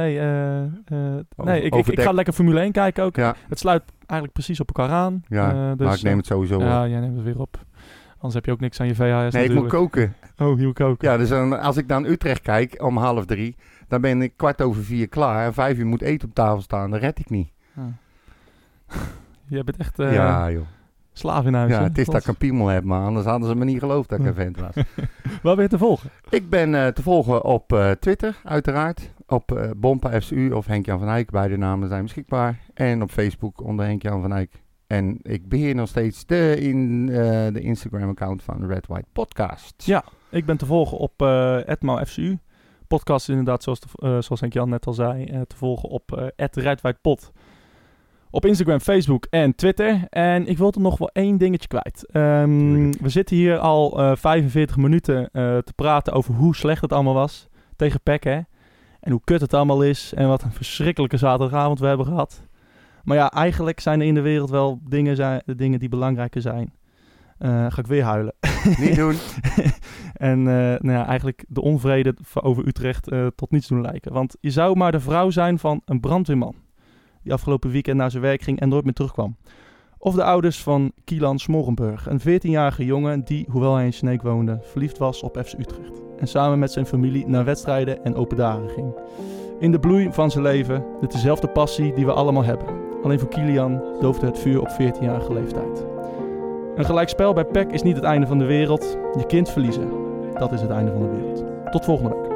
ik overdekt. ga lekker Formule 1 kijken ook. Ja, Het sluit eigenlijk precies op elkaar aan. ja Dus, maar ik neem het sowieso op. Ja, jij neemt het weer op. Anders heb je ook niks aan je VHS Nee, ik moet natuurlijk. koken. Oh, je moet koken. Ja, dus als ik dan Utrecht kijk om 2:30, dan ben ik 4:15 klaar. En 5 uur moet eten op tafel staan. Dat red ik niet. Ah. Jij bent echt Ja, joh. slaaf in huis. Ja, hè? het is dat ik een piemel heb, maar anders hadden ze me niet geloofd dat ik een vent was. Waar ben je te volgen? Ik ben te volgen op Twitter, uiteraard. Op Bompa FCU of Henk-Jan van Eyck. Beide namen zijn beschikbaar. En op Facebook onder Henk-Jan van Eyck. En ik beheer nog steeds de Instagram-account van Red White Podcast. Ja. Ik ben te volgen op @mauFCU. Podcast is inderdaad, zoals Henk-Jan net al zei, te volgen op @redwijdpod. Op Instagram, Facebook en Twitter. En ik wil er nog wel één dingetje kwijt. We zitten hier al 45 minuten te praten over hoe slecht het allemaal was tegen PEC, hè. En hoe kut het allemaal is. En wat een verschrikkelijke zaterdagavond we hebben gehad. Maar ja, eigenlijk zijn er in de wereld wel dingen die belangrijker zijn. Ga ik weer huilen. Niet doen. En eigenlijk de onvrede over Utrecht tot niets doen lijken. Want je zou maar de vrouw zijn van een brandweerman die afgelopen weekend naar zijn werk ging en nooit meer terugkwam. Of de ouders van Kielan Smorgenburg, een 14-jarige jongen die, hoewel hij in Sneek woonde, verliefd was op FC Utrecht. En samen met zijn familie naar wedstrijden en open dagen ging. In de bloei van zijn leven, met dezelfde passie die we allemaal hebben. Alleen voor Kilian doofde het vuur op 14-jarige leeftijd. Een gelijkspel bij PEC is niet het einde van de wereld. Je kind verliezen, dat is het einde van de wereld. Tot volgende week.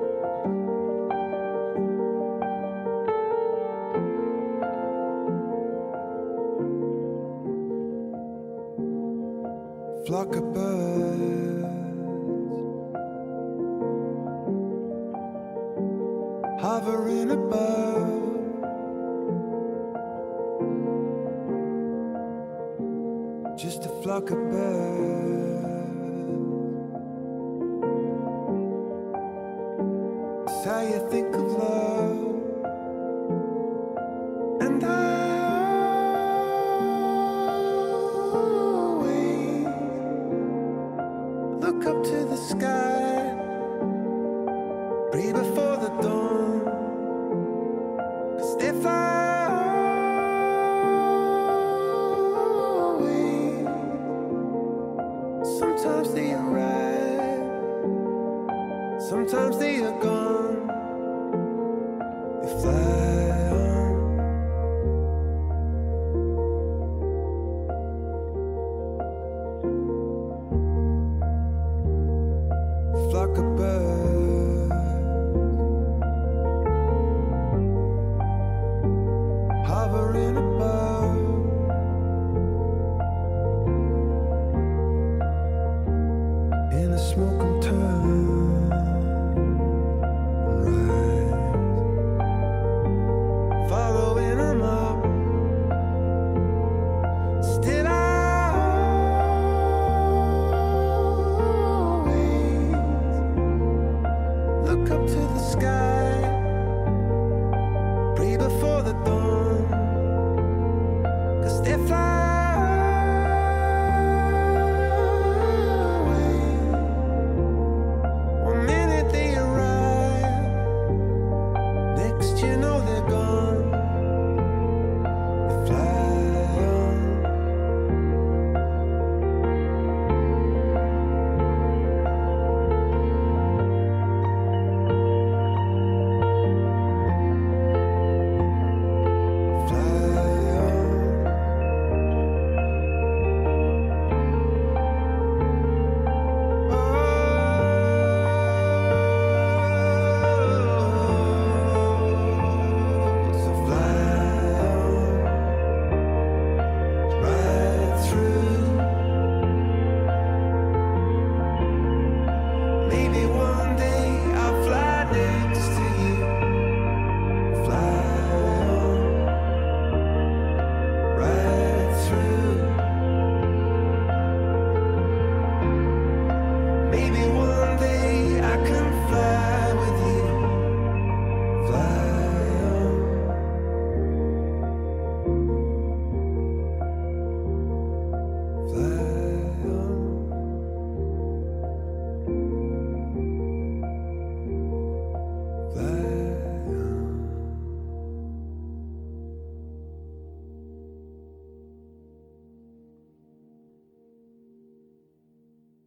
Flock of birds hovering above, just a flock of birds. It's how you think of love, and I always look up to the sky, pray before the dawn, 'cause they fly away. Sometimes they arrive, sometimes they are gone. They fly on. Flock of birds hovering above, in a smoke and turn and rise, following them up. Still I always look up to the sky, pray before the dawn, 'cause they fly away. One minute they arrive, next you know they're gone. Maybe